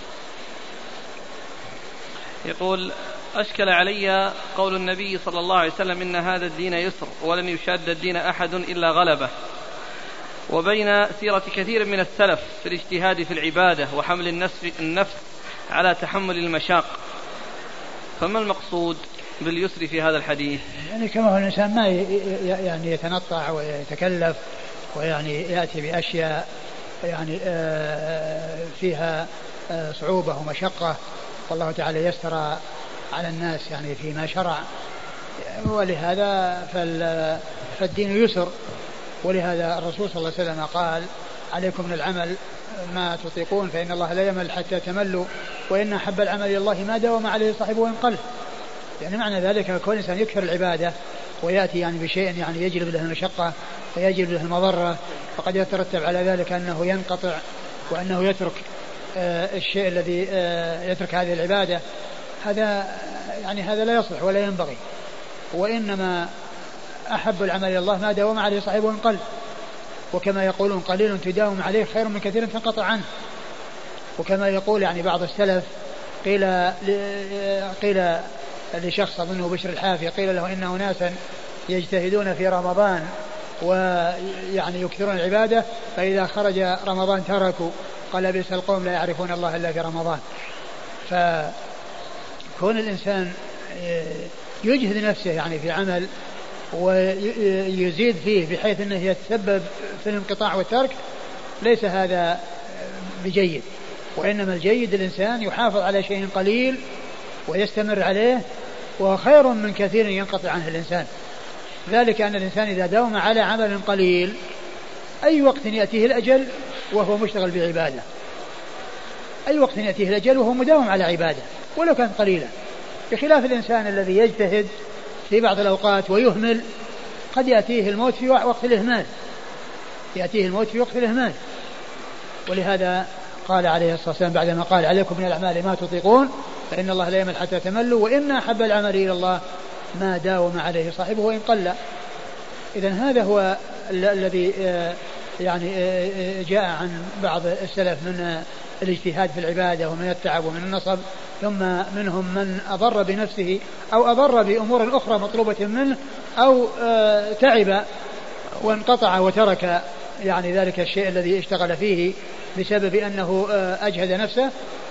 [SPEAKER 2] يقول أشكل علي قول النبي صلى الله عليه وسلم إن هذا الدين يسر ولن يشاد الدين أحد إلا غلبه، وبين سيرة كثير من السلف في الاجتهاد في العبادة وحمل النفس على تحمل المشاق، فما المقصود باليسر في هذا الحديث؟
[SPEAKER 1] يعني كما هو الإنسان ما يعني يتنطع ويتكلف ويعني يأتي بأشياء يعني فيها صعوبة ومشقة، والله تعالى يسر على الناس يعني فيما شرع، ولهذا فالدين يسر. ولهذا الرسول صلى الله عليه وسلم قال عليكم من العمل ما تطيقون فإن الله لا يمل حتى تملوا، وإن أحب العمل إلى الله ما داوم عليه صاحبه وإن قل. يعني معنى ذلك كل إنسان يكثر العبادة ويأتي يعني بشيء يعني يجلب له المشقة ويجلب له المضرة، فقد يترتب على ذلك أنه ينقطع وأنه يترك الشيء الذي يترك هذه العبادة. هذا لا يصلح ولا ينبغي، وإنما أحب العمل إلى الله ما داوم عليه صاحبه وإن قل، وكما يقولون قليل تداوم عليه خير من كثير تنقطع عنه. وكما يقول يعني بعض السلف قيل لشخص أظنه بشر الحافي قيل له إن أناسا يجتهدون في رمضان ويعني يكثرون العبادة فإذا خرج رمضان تركوا، قال بئس القوم لا يعرفون الله إلا في رمضان. فكون الإنسان يجهد نفسه يعني في عمل ويزيد فيه بحيث أنه يتسبب في الانقطاع والترك ليس هذا بجيد، وإنما الجيد الإنسان يحافظ على شيء قليل ويستمر عليه، وخير من كثير ينقطع عنه الإنسان. ذلك أن الإنسان إذا داوم على عمل قليل أي وقت يأتيه الأجل وهو مشتغل بعبادة، أي وقت يأتيه الأجل وهو مداوم على عبادة ولو كانت قليلة، بخلاف الإنسان الذي يجتهد في بعض الأوقات ويهمل قد يأتيه الموت في وقت الإهمال، ولهذا قال عليه الصلاة والسلام بعدما قال عليكم من الأعمال ما تطيقون فإن الله لا يمل حتى تملوا، وإن أحب العمل إلى الله ما داوم عليه صاحبه وإن قل. إذن هذا هو الذي يعني جاء عن بعض السلف من الاجتهاد في العبادة ومن التعب ومن النصب، ثم منهم من أضر بنفسه أو أضر بأمور أخرى مطلوبة منه، أو تعب وانقطع وترك يعني ذلك الشيء الذي اشتغل فيه بسبب أنه أجهد نفسه.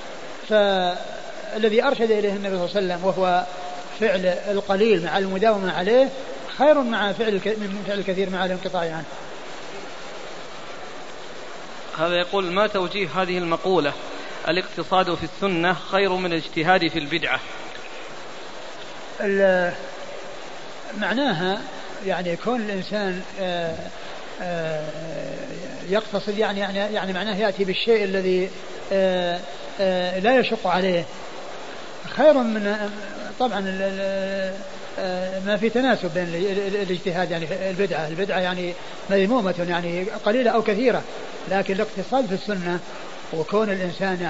[SPEAKER 1] فالذي أرشد إليه النبي صلى الله عليه وسلم وهو فعل القليل مع المداومة عليه خير من فعل الكثير مع الانقطاع عنه.
[SPEAKER 2] هذا يقول: ما توجيه هذه المقولة الاقتصاد في السنة خير من الاجتهاد في البدعة؟
[SPEAKER 1] معناها يعني كون الإنسان يقتصد يعني معناه يأتي بالشيء الذي لا يشق عليه خير من طبعا ما في تناسب بين الاجتهاد. يعني البدعة يعني مذمومة يعني قليلة أو كثيرة، لكن الاقتصاد في السنة وكون الإنسان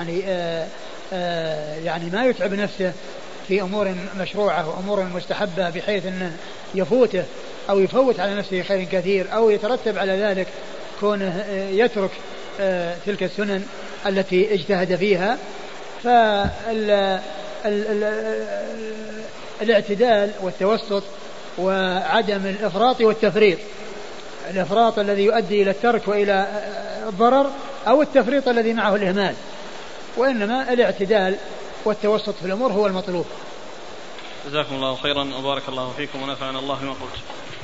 [SPEAKER 1] يعني ما يتعب نفسه في أمور مشروعة وأمور مستحبة بحيث أنه يفوته أو يفوت على نفسه خير كثير، أو يترتب على ذلك كونه يترك تلك السنن التي اجتهد فيها. فالاعتدال والتوسط وعدم الإفراط والتفريط، الإفراط الذي يؤدي إلى الترك وإلى الضرر، أو التفريط الذي معه الإهمال، وإنما الاعتدال والتوسط في الأمور هو المطلوب.
[SPEAKER 2] جزاكم الله خيرا وبارك الله فيكم ونفعنا الله بما قلت.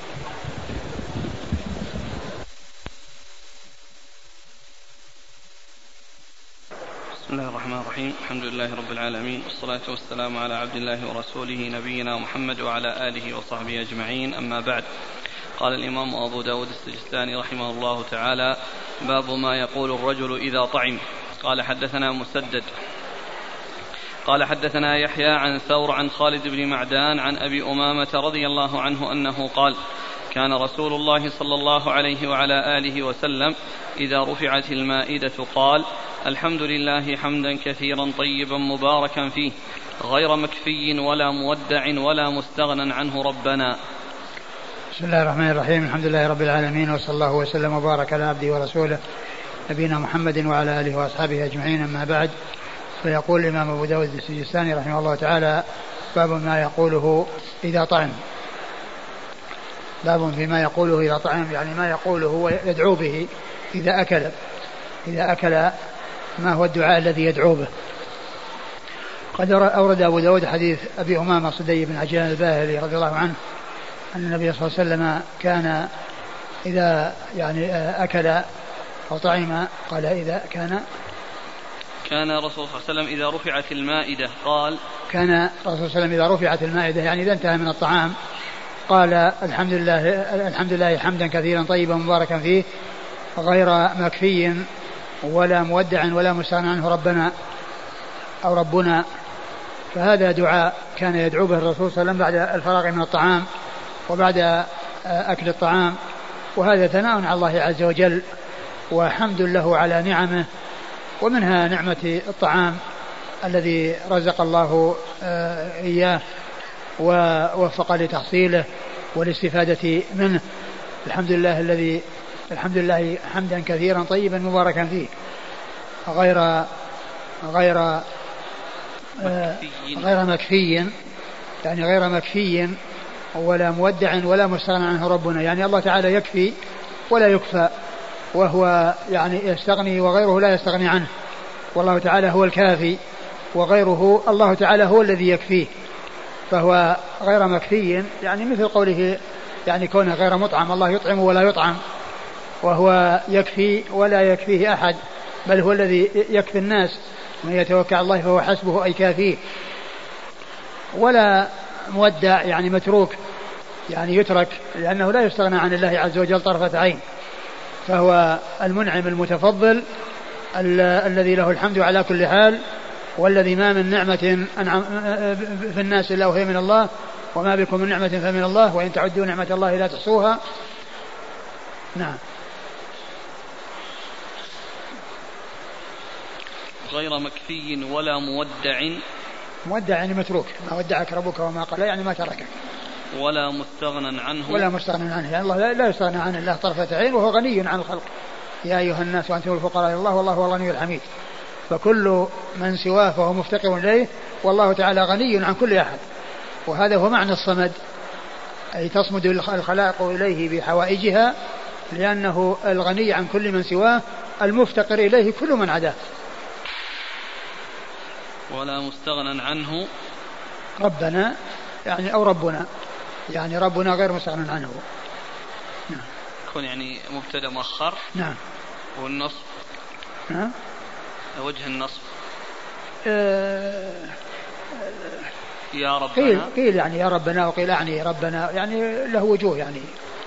[SPEAKER 2] بسم الله الرحمن الرحيم، الحمد لله رب العالمين، والصلاة والسلام على عبد الله ورسوله نبينا محمد وعلى آله وصحبه أجمعين، أما بعد. قال الإمام أبو داود السجستاني رحمه الله تعالى: باب ما يقول الرجل إذا طعم. قال: حدثنا مسدد قال: حدثنا يحيى عن ثور عن خالد بن معدان عن أبي أمامة رضي الله عنه أنه قال: كان رسول الله صلى الله عليه وعلى آله وسلم إذا رفعت المائدة قال: الحمد لله حمدا كثيرا طيبا مباركا فيه غير مكفي ولا مودع ولا مستغنى عنه ربنا.
[SPEAKER 1] بسم الله الرحمن الرحيم، الحمد لله رب العالمين، وصلى الله وسلم وبارك على عبده ورسوله نبينا محمد وعلى آله وأصحابه أجمعين، أما بعد. فيقول الإمام أبو داود السجستاني رحمه الله تعالى: باب ما يقوله إذا طعم. باب فيما يقوله إذا طعم، يعني ما يقوله ويدعو به إذا أكل ما هو الدعاء الذي يدعو به. قد أورد أبو داود حديث أبي أمامة صدي بن عجلان الباهلي رضي الله عنه أن النبي صلى الله عليه وسلم كان إذا يعني أكل أو طعم، قال إذا كان
[SPEAKER 2] رسول صلى الله عليه وسلم إذا رفعت المائدة قال:
[SPEAKER 1] كان رسول صلى الله عليه وسلم إذا رفعت المائدة، يعني إذا انتهى من الطعام، قال: الحمد لله حمدا كثيرا طيبا مباركا فيه غير مكفي ولا مودع ولا مستغنى عنه ربنا أو ربنا. فهذا دعاء كان يدعو به الرسول صلى الله عليه وسلم بعد الفراغ من الطعام وبعد أكل الطعام، وهذا ثناء على الله عز وجل وحمد له على نعمه، ومنها نعمة الطعام الذي رزق الله إياه ووفق لتحصيله والاستفادة منه. الحمد لله حمدا كثيرا طيبا مباركا فيه غير مكفي، يعني غير مكفي ولا مودع ولا مستغنى عنه ربنا. يعني الله تعالى يكفي ولا يكفى، وهو يعني يستغني وغيره لا يستغني عنه، والله تعالى هو الكافي وغيره الله تعالى هو الذي يكفيه. فهو غير مكفي، يعني مثل قوله يعني كونه غير مطعم، الله يطعم ولا يطعم، وهو يكفي ولا يكفيه أحد، بل هو الذي يكفي الناس، من يتوكل على الله فهو حسبه أي كافيه. ولا مودع، يعني متروك، يعني يترك، لأنه لا يستغنى عن الله عز وجل طرفة عين، فهو المنعم المتفضل الذي له الحمد على كل حال، والذي ما من نعمة أنعم في الناس إلا وهي من الله، وما بكم من نعمة فمن الله، وإن تعدوا نعمة الله لا تحصوها. نعم.
[SPEAKER 2] غير مكفي ولا مودع
[SPEAKER 1] يعني متروك، ما ودعك ربك وما قال، يعني ما تركك.
[SPEAKER 2] ولا مستغنى عنه،
[SPEAKER 1] يعني الله لا يستغنى عن الله طرفة عين، وهو غني عن الخلق. يا أيها الناس وأنتم الفقراء إلى الله والله هو الغني الحميد. فكل من سواه فهو مفتقر إليه، والله تعالى غني عن كل أحد. وهذا هو معنى الصمد، أي تصمد الخلائق إليه بحوائجها، لأنه الغني عن كل من سواه، المفتقر إليه كل من عداه.
[SPEAKER 2] ولا مستغنى عنه
[SPEAKER 1] ربنا يعني أو ربنا، يعني ربنا غير مستغنى عنه.
[SPEAKER 2] نعم. يكون يعني مبتدأ مؤخر.
[SPEAKER 1] نعم.
[SPEAKER 2] والنصب.
[SPEAKER 1] نعم.
[SPEAKER 2] وجه النصب. يا ربنا.
[SPEAKER 1] قيل يعني يا ربنا، وقيل يعني ربنا، يعني له وجوه يعني.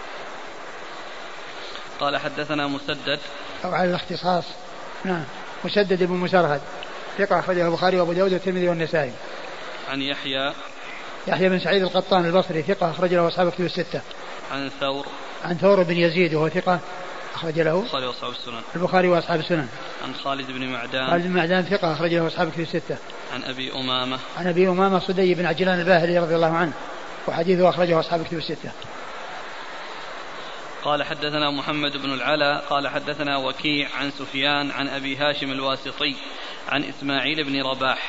[SPEAKER 2] قال حدثنا مسدد
[SPEAKER 1] أو على الاختصاص. نعم. مسدد بن مسرهد ثقة أخرجه البخاري وأبو داود والترمذي والنسائي.
[SPEAKER 2] عن يحيى
[SPEAKER 1] بن سعيد القطان البصري ثقة أخرج له أصحاب الكتب الستة. عن ثور بن يزيد وهو ثقة أخرج له البخاري وأصحاب السنن.
[SPEAKER 2] عن خالد بن
[SPEAKER 1] معدان ثقة أخرج له أصحاب الكتب الستة.
[SPEAKER 2] عن أبي
[SPEAKER 1] أمامة صدي بن عجلان الباهلي رضي الله عنه، وحديثه أخرجه أصحاب الكتب الستة.
[SPEAKER 2] قال حدثنا محمد بن العلاء قال حدثنا وكيع عن سفيان عن أبي هاشم الواسطي عن إسماعيل بن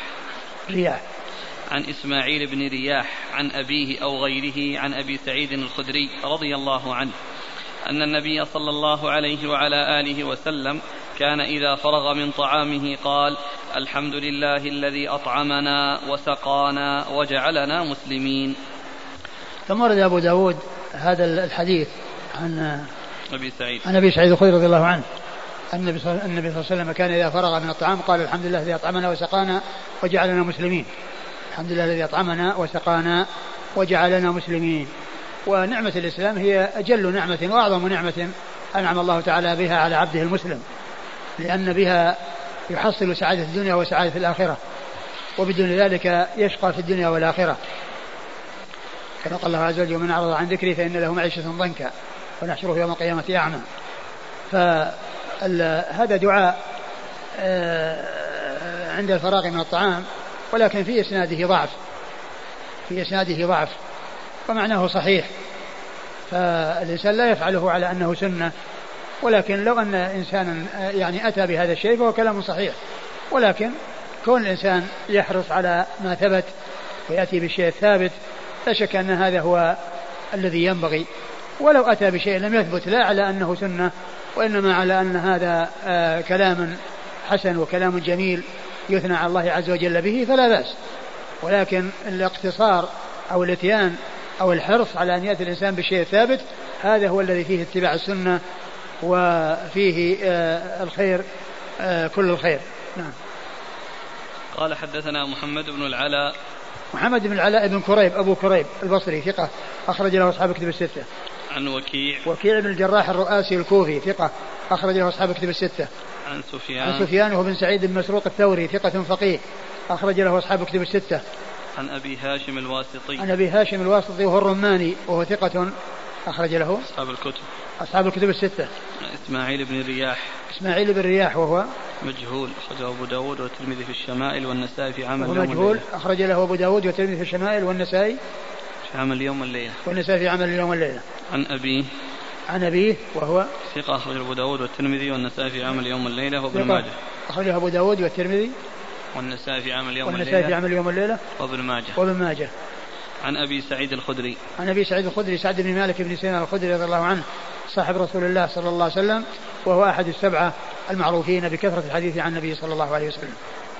[SPEAKER 2] رياح عن أبيه أو غيره عن أبي سعيد الخدري رضي الله عنه أن النبي صلى الله عليه وعلى آله وسلم كان إذا فرغ من طعامه قال: الحمد لله الذي أطعمنا وسقانا وجعلنا مسلمين.
[SPEAKER 1] ثم ورد أبو داود هذا الحديث عن
[SPEAKER 2] أبي
[SPEAKER 1] سعيد الخدري رضي الله عنه النبي صلى الله عليه وسلم كان إذا فرغ من الطعام قال: الحمد لله الذي أطعمنا وسقانا وجعلنا مسلمين. الحمد لله الذي أطعمنا وسقانا وجعلنا مسلمين. ونعمة الإسلام هي أجل نعمة وأعظم نعمة أنعم الله تعالى بها على عبده المسلم، لأن بها يحصل سعادة الدنيا وسعادة الآخرة، وبدون ذلك يشقى في الدنيا والآخرة. كما قال الله عز وجل: ومن أعرض عن ذكري فإن له معيشة ضنكا ونحشره يوم القيامة أعمى. فهذا دعاء عند الفراغ من الطعام، ولكن في إسناده ضعف ومعناه صحيح، فالإنسان لا يفعله على أنه سنة، ولكن لو أن إنسانا يعني أتى بهذا الشيء فهو كلام صحيح. ولكن كون الإنسان يحرص على ما ثبت ويأتي بالشيء الثابت لا شك أن هذا هو الذي ينبغي، ولو أتى بشيء لم يثبت لا على أنه سنة وإنما على أن هذا كلام حسن وكلام جميل يثنى على الله عز وجل به فلا بأس. ولكن الاقتصار أو الاتيان أو الحرص على أن يأتي الإنسان بشيء ثابت هذا هو الذي فيه اتباع السنة وفيه الخير كل الخير. نعم.
[SPEAKER 2] قال حدثنا محمد بن العلاء
[SPEAKER 1] بن كريب أبو كريب البصري ثقة أخرج له أصحاب الكتب الستة.
[SPEAKER 2] عن
[SPEAKER 1] وكيع بن الجراح الرؤاسي الكوفي ثقة أخرج له أصحاب الكتب الستة.
[SPEAKER 2] عن
[SPEAKER 1] سفيان وهو بن سعيد بن مسروق الثوري ثقة فقيه أخرج له أصحاب الكتب الستة.
[SPEAKER 2] عن أبي
[SPEAKER 1] هاشم الواسطي وهو الرماني وهو ثقة أخرج له أصحاب الكتب الستة.
[SPEAKER 2] إسماعيل بن
[SPEAKER 1] رياح وهو
[SPEAKER 2] مجهول أخرجه أبو داود والترمذي في الشمائل والنسائي في عمل
[SPEAKER 1] اليوم والليلة. أخرج له أبو داود والترمذي في الشمائل والنسائي
[SPEAKER 2] في عمل اليوم والليلة.
[SPEAKER 1] عن أبيه وهو
[SPEAKER 2] ثقة أخرج أبو داود والترمذي والنسائي في عمل اليوم والليلة وابن ماجه.
[SPEAKER 1] أخرجه أبو داود والترمذي
[SPEAKER 2] والنسائي في عمل اليوم
[SPEAKER 1] والليلة وابن ماجه.
[SPEAKER 2] عن أبي سعيد
[SPEAKER 1] الخدري سعد بن مالك بن سنان الخدري رضي الله عنه صاحب رسول الله صلى الله عليه وسلم، وهو أحد السبعة المعروفين بكثرة الحديث عن النبي صلى الله عليه وسلم.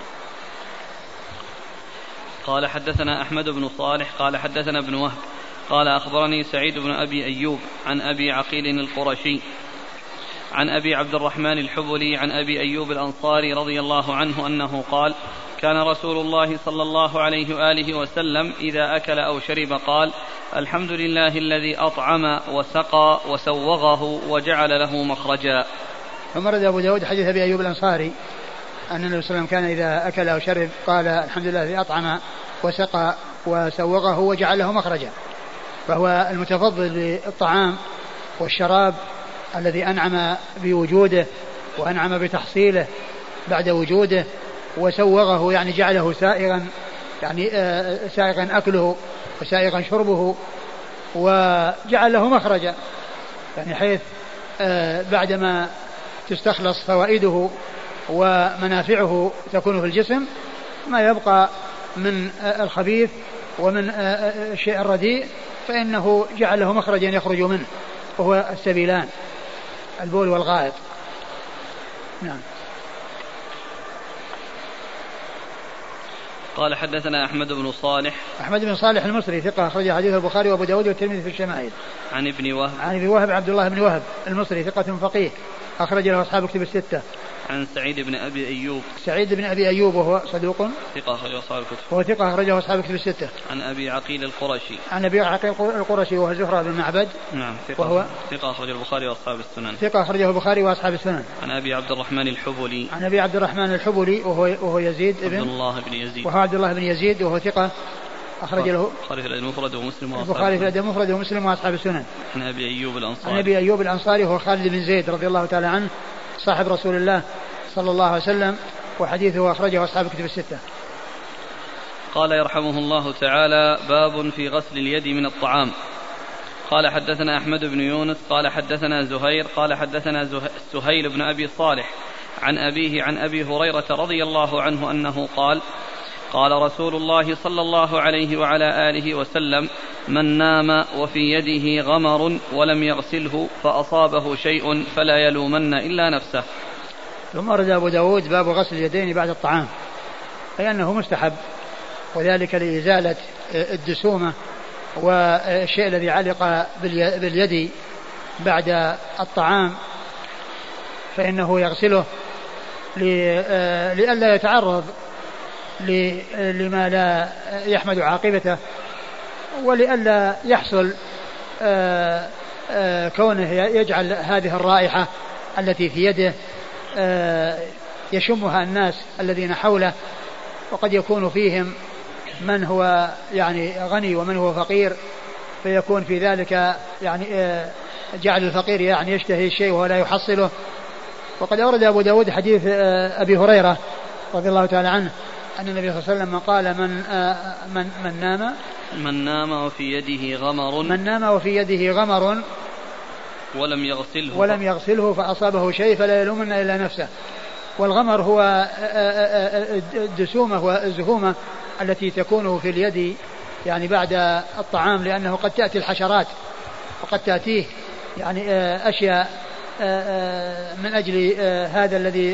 [SPEAKER 2] قال حدثنا أحمد بن صالح قال حدثنا ابن وهب قال أخبرني سعيد بن أبي أيوب عن أبي عقيل القرشي عن أبي عبد الرحمن الحبلي عن أبي أيوب الأنصاري رضي الله عنه أنه قال: كان رسول الله صلى الله عليه وآله وسلم إذا أكل أو شرب قال: الحمد لله الذي أطعم وسقى وسوغه وجعل له مخرجا.
[SPEAKER 1] ثم رد أبو داود حديث أبي أيوب الأنصاري أن النبي صلى الله عليه وسلم كان إذا أكل أو شرب قال: الحمد لله الذي أطعم وسقى وسوغه وجعل له مخرجا. فهو المتفضل بالطعام والشراب الذي أنعم بوجوده وأنعم بتحصيله بعد وجوده، وسوغه يعني جعله سائغا، يعني سائغا أكله وسائغا شربه، وجعل له مخرجا، يعني حيث بعدما تستخلص فوائده ومنافعه تكون في الجسم، ما يبقى من الخبيث ومن الشيء الرديء فإنه جعله مخرجا يخرج منه، وهو السبيلان، البول والغائط. نعم.
[SPEAKER 2] قال حدثنا أحمد بن صالح.
[SPEAKER 1] أحمد بن صالح المصري ثقة أخرج حديث البخاري وأبو داود والترمذي في الشمائل.
[SPEAKER 2] عن ابن وهب.
[SPEAKER 1] عن ابن وهب عبد الله بن وهب المصري ثقة فقيه أخرج له أصحاب كتب الستة.
[SPEAKER 2] عن سعيد بن أبي أيوب.
[SPEAKER 1] سعيد بن أبي أيوب وهو صدوق
[SPEAKER 2] ثقة أخرجه أصحاب الكتب.
[SPEAKER 1] وهو ثقة أخرجه أصحاب كتب الستة.
[SPEAKER 2] عن أبي عقيل القرشي.
[SPEAKER 1] عن أبي عقيل القرشي وهو زهرة بن معبد.
[SPEAKER 2] نعم.
[SPEAKER 1] وهو
[SPEAKER 2] ثقة أخرجه البخاري وأصحاب السنن.
[SPEAKER 1] ثقة أخرجه البخاري وأصحاب السنن.
[SPEAKER 2] عن أبي عبد الرحمن الحبلي.
[SPEAKER 1] عن أبي عبد الرحمن الحبلي وهو يزيد ابن
[SPEAKER 2] عبد الله بن يزيد.
[SPEAKER 1] وهو عبد الله بن يزيد وهو ثقة أخرج له
[SPEAKER 2] البخاري في الأدب المفرد ومسلم
[SPEAKER 1] البخاري في الأدب المفرد ومسلم وأصحاب السنن.
[SPEAKER 2] عن أبي أيوب الأنصاري.
[SPEAKER 1] عن أبي أيوب الأنصاري وهو خالد بن زيد رضي الله تعالى عنه صاحب رسول الله صلى الله عليه وسلم، وحديثه أخرجه أصحاب كتب الستة.
[SPEAKER 2] قال يرحمه الله تعالى: باب في غسل اليد من الطعام. قال حدثنا أحمد بن يونس قال حدثنا زهير قال حدثنا سهيل بن أبي صالح عن أبيه عن أبي هريرة رضي الله عنه أنه قال: قال رسول الله صلى الله عليه وعلى آله وسلم: من نام وفي يده غمر ولم يغسله فأصابه شيء فلا يلومن إلا نفسه.
[SPEAKER 1] ثم ورد أبو داود باب غسل اليدين بعد الطعام، أي أنه مستحب، وذلك لإزالة الدسومة والشيء الذي علق باليد بعد الطعام، فإنه يغسله لئلا يتعرض لما لا يحمد عاقبته، ولئلا يحصل كونه يجعل هذه الرائحة التي في يده يشمها الناس الذين حوله، وقد يكون فيهم من هو يعني غني ومن هو فقير، فيكون في ذلك يعني جعل الفقير يعني يشتهي الشيء ولا يحصله. وقد أورد أبو داود حديث أبي هريرة رضي الله تعالى عنه أن النبي صلى الله عليه وسلم قال: من نام وفي يده غمر ولم يغسله فأصابه شيء فلا يلومن إلا نفسه. والغمر هو الدسومة والزهومة التي تكون في اليد يعني بعد الطعام، لأنه قد تأتي الحشرات وقد تأتيه يعني أشياء من أجل هذا الذي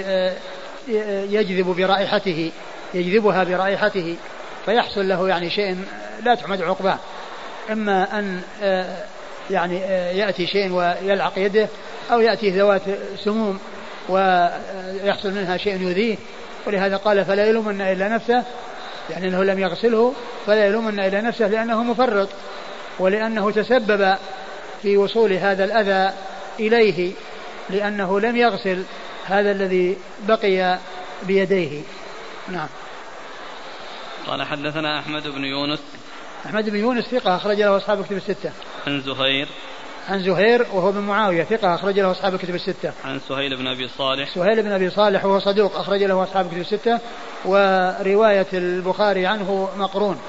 [SPEAKER 1] يجذبها برائحته فيحصل له يعني شيء لا تحمد عقباه، إما أن يعني يأتي شيء ويلعق يده، أو يأتي ذوات سموم ويحصل منها شيء يؤذيه. ولهذا قال: فلا يلومن إلا نفسه، يعني أنه لم يغسله فلا يلومن إلا نفسه، لأنه مفرط ولأنه تسبب في وصول هذا الأذى إليه، لأنه لم يغسل هذا الذي بقي بيديه. نعم.
[SPEAKER 2] قال حدثنا أحمد بن يونس
[SPEAKER 1] ثقة أخرج له أصحاب الكتب الستة. عن زهير وهو بن معاوية ثقة أخرج له أصحاب الكتب الستة.
[SPEAKER 2] عن سهيل بن أبي صالح
[SPEAKER 1] وهو صدوق أخرج له أصحاب الكتب الستة، ورواية البخاري عنه مقرون.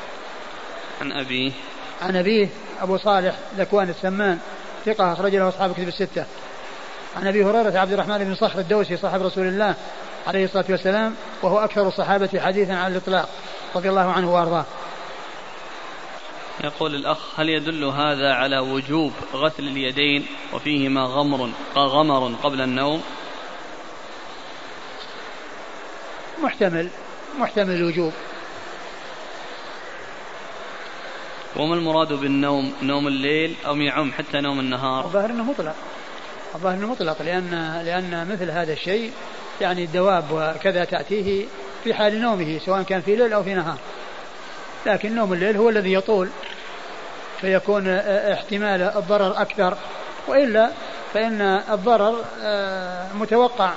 [SPEAKER 1] عن أبيه أبو صالح ذكوان السمان ثقة أخرج له أصحاب الكتب الستة. عن أبي هريرة عبد الرحمن بن صخر الدوسي صاحب رسول الله عليه الصلاة والسلام، وهو أكثر الصحابة حديثا على الإطلاق رضي الله عنه وأرضاه.
[SPEAKER 2] يقول الأخ: هل يدل هذا على وجوب غسل اليدين وفيهما غمر قبل النوم؟
[SPEAKER 1] محتمل الوجوب.
[SPEAKER 2] وما المراد بالنوم؟ نوم الليل أو يعم حتى نوم النهار؟
[SPEAKER 1] الظاهر أنه مطلق لأن مثل هذا الشيء يعني الدواب وكذا تأتيه في حال نومه سواء كان في ليل أو في نهار، لكن نوم الليل هو الذي يطول فيكون احتمال الضرر أكثر، وإلا فإن الضرر متوقع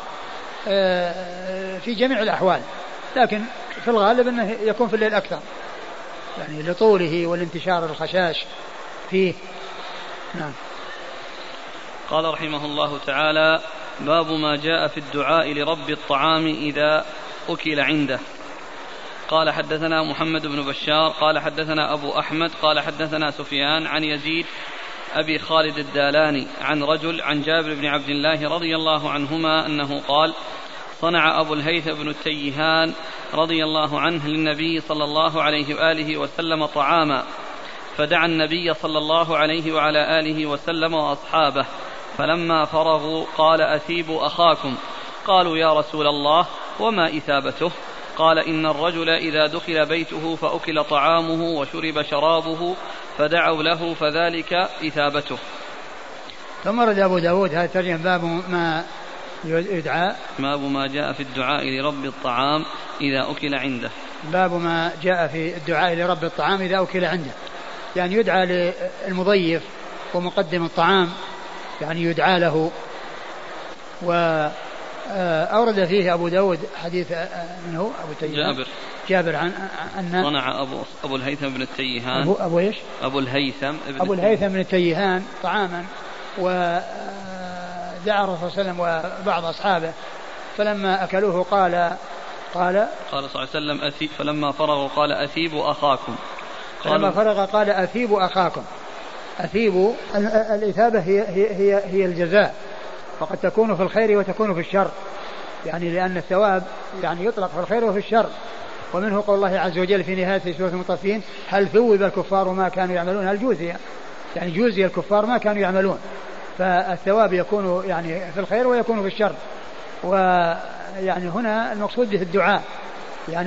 [SPEAKER 1] في جميع الأحوال، لكن في الغالب أنه يكون في الليل أكثر يعني لطوله والانتشار الخشاش فيه. نعم.
[SPEAKER 2] قال رحمه الله تعالى: باب ما جاء في الدعاء لرب الطعام إذا أكل عنده. قال حدثنا محمد بن بشار قال حدثنا أبو أحمد قال حدثنا سفيان عن يزيد أبي خالد الدالاني عن رجل عن جابر بن عبد الله رضي الله عنهما أنه قال: صنع أبو الهيثم بن التيهان رضي الله عنه للنبي صلى الله عليه وآله وسلم طعاما، فدعا النبي صلى الله عليه وعلى آله وسلم وأصحابه، فلما فرغوا قال أثيبوا أخاكم. قالوا يا رسول الله وما إثابته؟ قال إن الرجل إذا دخل بيته فأكل طعامه وشرب شرابه فدعوا له فذلك إثابته.
[SPEAKER 1] ثم رد أبو داود هذا ترجم باب ما يدعى،
[SPEAKER 2] باب ما جاء في الدعاء لرب الطعام إذا أكل عنده.
[SPEAKER 1] باب ما جاء في الدعاء لرب الطعام إذا أكل عنده، يعني يدعى للمضيف ومقدم الطعام، يعني يدعى له. وأورد فيه أبو داود حديث من هو أبو التيهان جابر عن
[SPEAKER 2] صنع أبو الهيثم بن التيهان
[SPEAKER 1] أبو إيش؟
[SPEAKER 2] أبو الهيثم بن التيهان
[SPEAKER 1] طعاما، ودعا الرسول صلى الله عليه وسلم وبعض أصحابه، فلما أكلوه قال صلى الله عليه
[SPEAKER 2] وسلم فلما فرغوا قال أثيبوا أخاكم.
[SPEAKER 1] فلما فرغ قال أثيبوا أخاكم. أثيبوا الإثابة هي الجزاء، وقد تكون في الخير وتكون في الشر، يعني لأن الثواب يعني يطلق في الخير وفي الشر. ومنه قول الله عز وجل في نهاية سورة المطفين هل ثوب الكفار ما كانوا يعملون، هل جوزي، يعني جوزي الكفار ما كانوا يعملون. فالثواب يكون يعني في الخير ويكون في الشر. ويعني هنا المقصود به الدعاء، يعني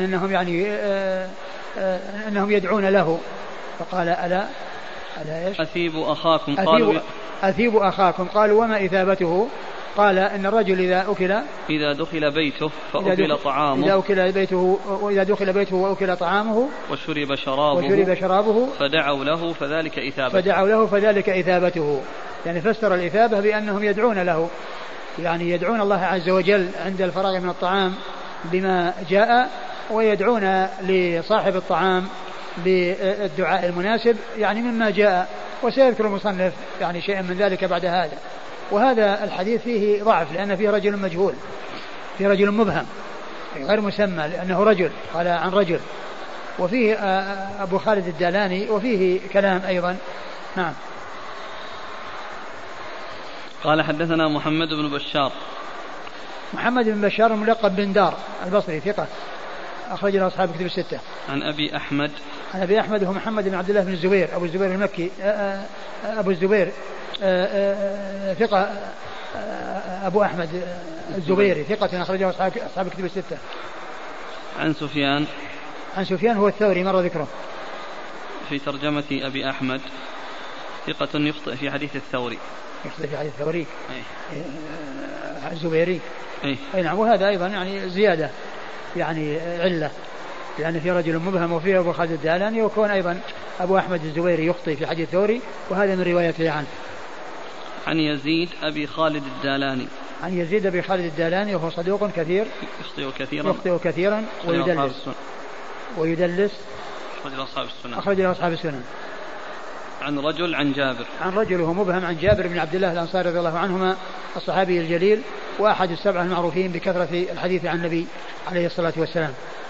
[SPEAKER 1] أنهم يدعون له. فقال ألا إيش؟
[SPEAKER 2] أثيبوا أخاكم.
[SPEAKER 1] أثيبوا أخاكم. قالوا وما إثابته؟ قال إن الرجل إذا دخل بيته فأكل طعامه، إذا دخل بيته وأكل طعامه
[SPEAKER 2] وشرب شرابه فدعوا له فذلك إثابته. يعني فسر الإثابة بأنهم يدعون له، يعني يدعون الله عز وجل عند الفراغ من الطعام بما جاء، ويدعون لصاحب الطعام بالدعاء المناسب يعني مما جاء. وسيذكر المصنف يعني شيئا من ذلك بعد هذا. وهذا الحديث فيه ضعف لأن فيه رجل مجهول، فيه رجل مبهم غير مسمى لأنه رجل، قال عن رجل. وفيه أبو خالد الدالاني وفيه كلام أيضا. نعم. قال حدثنا محمد بن بشار الملقب بن دار البصري ثقة أخرج له أصحاب كتب الستة. عن أبي أحمد
[SPEAKER 1] هو محمد بن عبد الله بن الزبير أبو الزبير المكي، أبو الزبير ثقة، أبو أحمد الزبيري ثقة أخرجه أصحاب كتب الستة.
[SPEAKER 2] عن
[SPEAKER 1] سفيان هو الثوري مر ذكره
[SPEAKER 2] في ترجمة أبي أحمد، ثقة يخطئ في حديث الثوري.
[SPEAKER 1] الزبيري أي نعم. وهذا أيضا يعني زيادة يعني علة، لأن في رجل مبهم وفيه أبو خالد الدالاني، وكون أيضا أبو أحمد الزبيري يخطئ في حديث الثوري، وهذا من روايته عنه.
[SPEAKER 2] عن يزيد أبي خالد الدالاني وهو صدوق كثير يخطئ كثيرا
[SPEAKER 1] ويدلس أخرج له أصحاب السنن.
[SPEAKER 2] عن رجل
[SPEAKER 1] وهو مبهم عن جابر بن عبد الله الأنصاري رضي الله عنهما الصحابي الجليل وأحد السبعة المعروفين بكثرة الحديث عن النبي عليه الصلاة والسلام.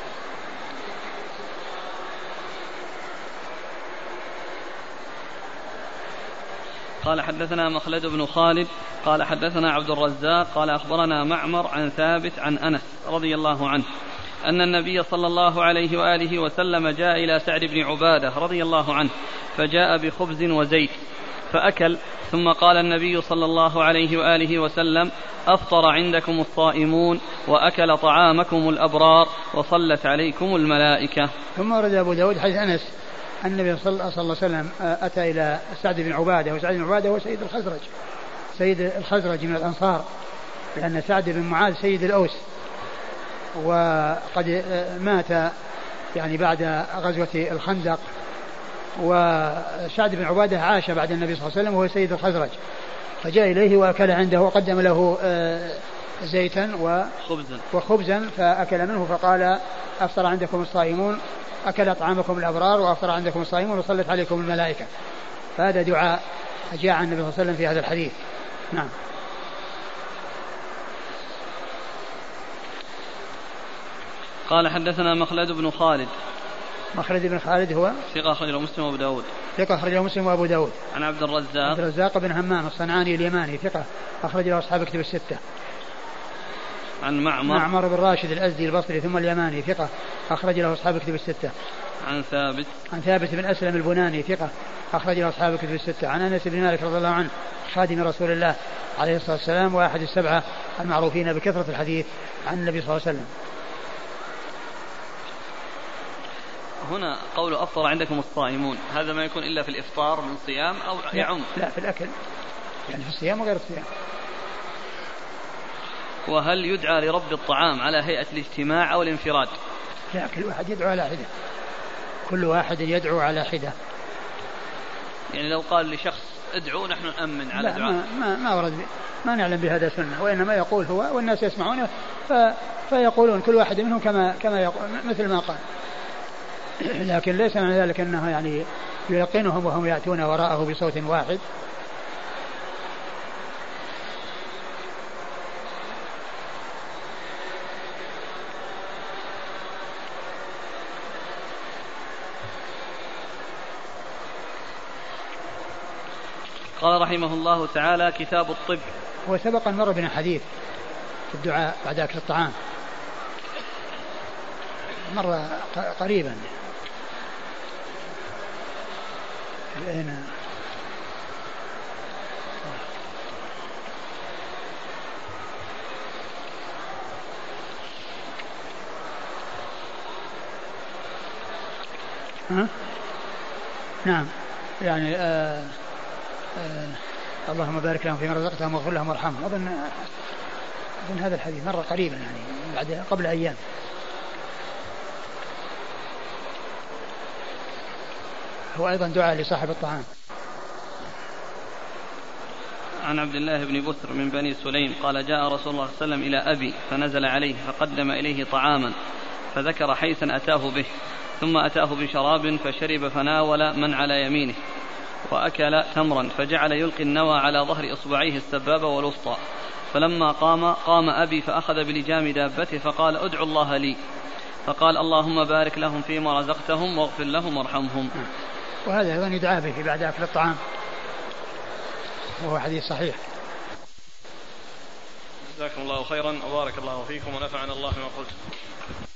[SPEAKER 2] قال حدثنا مخلد بن خالد قال حدثنا عبد الرزاق قال أخبرنا معمر عن ثابت عن أنس رضي الله عنه أن النبي صلى الله عليه وآله وسلم جاء إلى سعد بن عبادة رضي الله عنه فجاء بخبز وزيت فأكل، ثم قال النبي صلى الله عليه وآله وسلم أفطر عندكم الصائمون وأكل طعامكم الأبرار وصلت عليكم الملائكة.
[SPEAKER 1] ثم ورد أبو داود حديث أنس النبي صلى الله عليه وسلم أتى إلى سعد بن عبادة، وسعد بن عبادة هو سيد الخزرج من الأنصار، لأن سعد بن معاذ سيد الأوس، وقد مات يعني بعد غزوة الخندق، وسعد بن عبادة عاش بعد النبي صلى الله عليه وسلم وهو سيد الخزرج، فجاء إليه وأكل عنده وقدم له زيتا وخبزا فأكل منه، فقال أفطر عندكم الصائمون، أكل طعامكم الأبرار وأفطر عندكم الصائمون وصلت عليكم الملائكة. فهذا دعاء جاء عن النبي صلى الله عليه وسلم في هذا الحديث. نعم.
[SPEAKER 2] قال حدثنا مخلد بن خالد
[SPEAKER 1] هو
[SPEAKER 2] ثقة أخرجه
[SPEAKER 1] مسلم وأبو داود.
[SPEAKER 2] عن عبد الرزاق
[SPEAKER 1] بن همام الصنعاني اليماني ثقة أخرج له أصحاب كتب الستة.
[SPEAKER 2] عن معمر
[SPEAKER 1] بن راشد الأزدي البصري ثم اليماني ثقة أخرج له أصحاب الكتب الستة.
[SPEAKER 2] عن
[SPEAKER 1] ثابت بن أسلم البناني ثقة أخرج له أصحاب الكتب الستة. عن أنس بن مالك رضي الله عنه خادم رسول الله عليه الصلاة والسلام وأحد السبعة المعروفين بكثرة الحديث عن النبي صلى الله عليه وسلم.
[SPEAKER 2] هنا قول أفطر عندكم الصائمون، هذا ما يكون إلا في الإفطار من صيام أو يعم؟
[SPEAKER 1] لا في الأكل، يعني في الصيام وغير الصيام.
[SPEAKER 2] وهل يدعى لرب الطعام على هيئة الاجتماع أو الانفراد؟
[SPEAKER 1] لا، كل واحد يدعو على حدة، كل واحد يدعو على حدة.
[SPEAKER 2] يعني لو قال لشخص ادعو نحن نأمن على دعاء،
[SPEAKER 1] ما ورد، ما نعلم بهذا سنة، وإنما يقول هو والناس يسمعونه فيقولون كل واحد منهم كما يقول مثل ما قال، لكن ليس معنى ذلك أنه يعني يلقنهم وهم يأتون وراءه بصوت واحد.
[SPEAKER 2] قال رحمه الله تعالى: كتاب الطب.
[SPEAKER 1] وسبق أن مر بنا حديث في الدعاء بعد أكل الطعام، مر قريبا. هنا نعم، يعني اللهم بارك لهم فيما رزقتهم واغفر لهم وارحمهم. أظن هذا الحديث مر قريبا، يعني بعد قبل أيام. هو أيضا دعاء لصاحب الطعام.
[SPEAKER 2] عن عبد الله بن بسر من بني سليم قال: جاء رسول الله صلى الله عليه وسلم إلى أبي فنزل عليه فقدم إليه طعاما فذكر حيثا أتاه به، ثم أتاه بشراب فشرب فناول من على يمينه وأكل تمرا فجعل يلقي النوى على ظهر إصبعيه السبابة والوسطى، فلما قام أبي فأخذ بلجام دابته فقال: ادعوا الله لي، فقال: اللهم بارك لهم فيما رزقتهم واغفر لهم وارحمهم.
[SPEAKER 1] وهذا أيضا يدعى به بعد أكل الطعام، وهو حديث صحيح.
[SPEAKER 2] جزاكم الله خيرا وبارك الله فيكم ونفعنا الله ما قلت.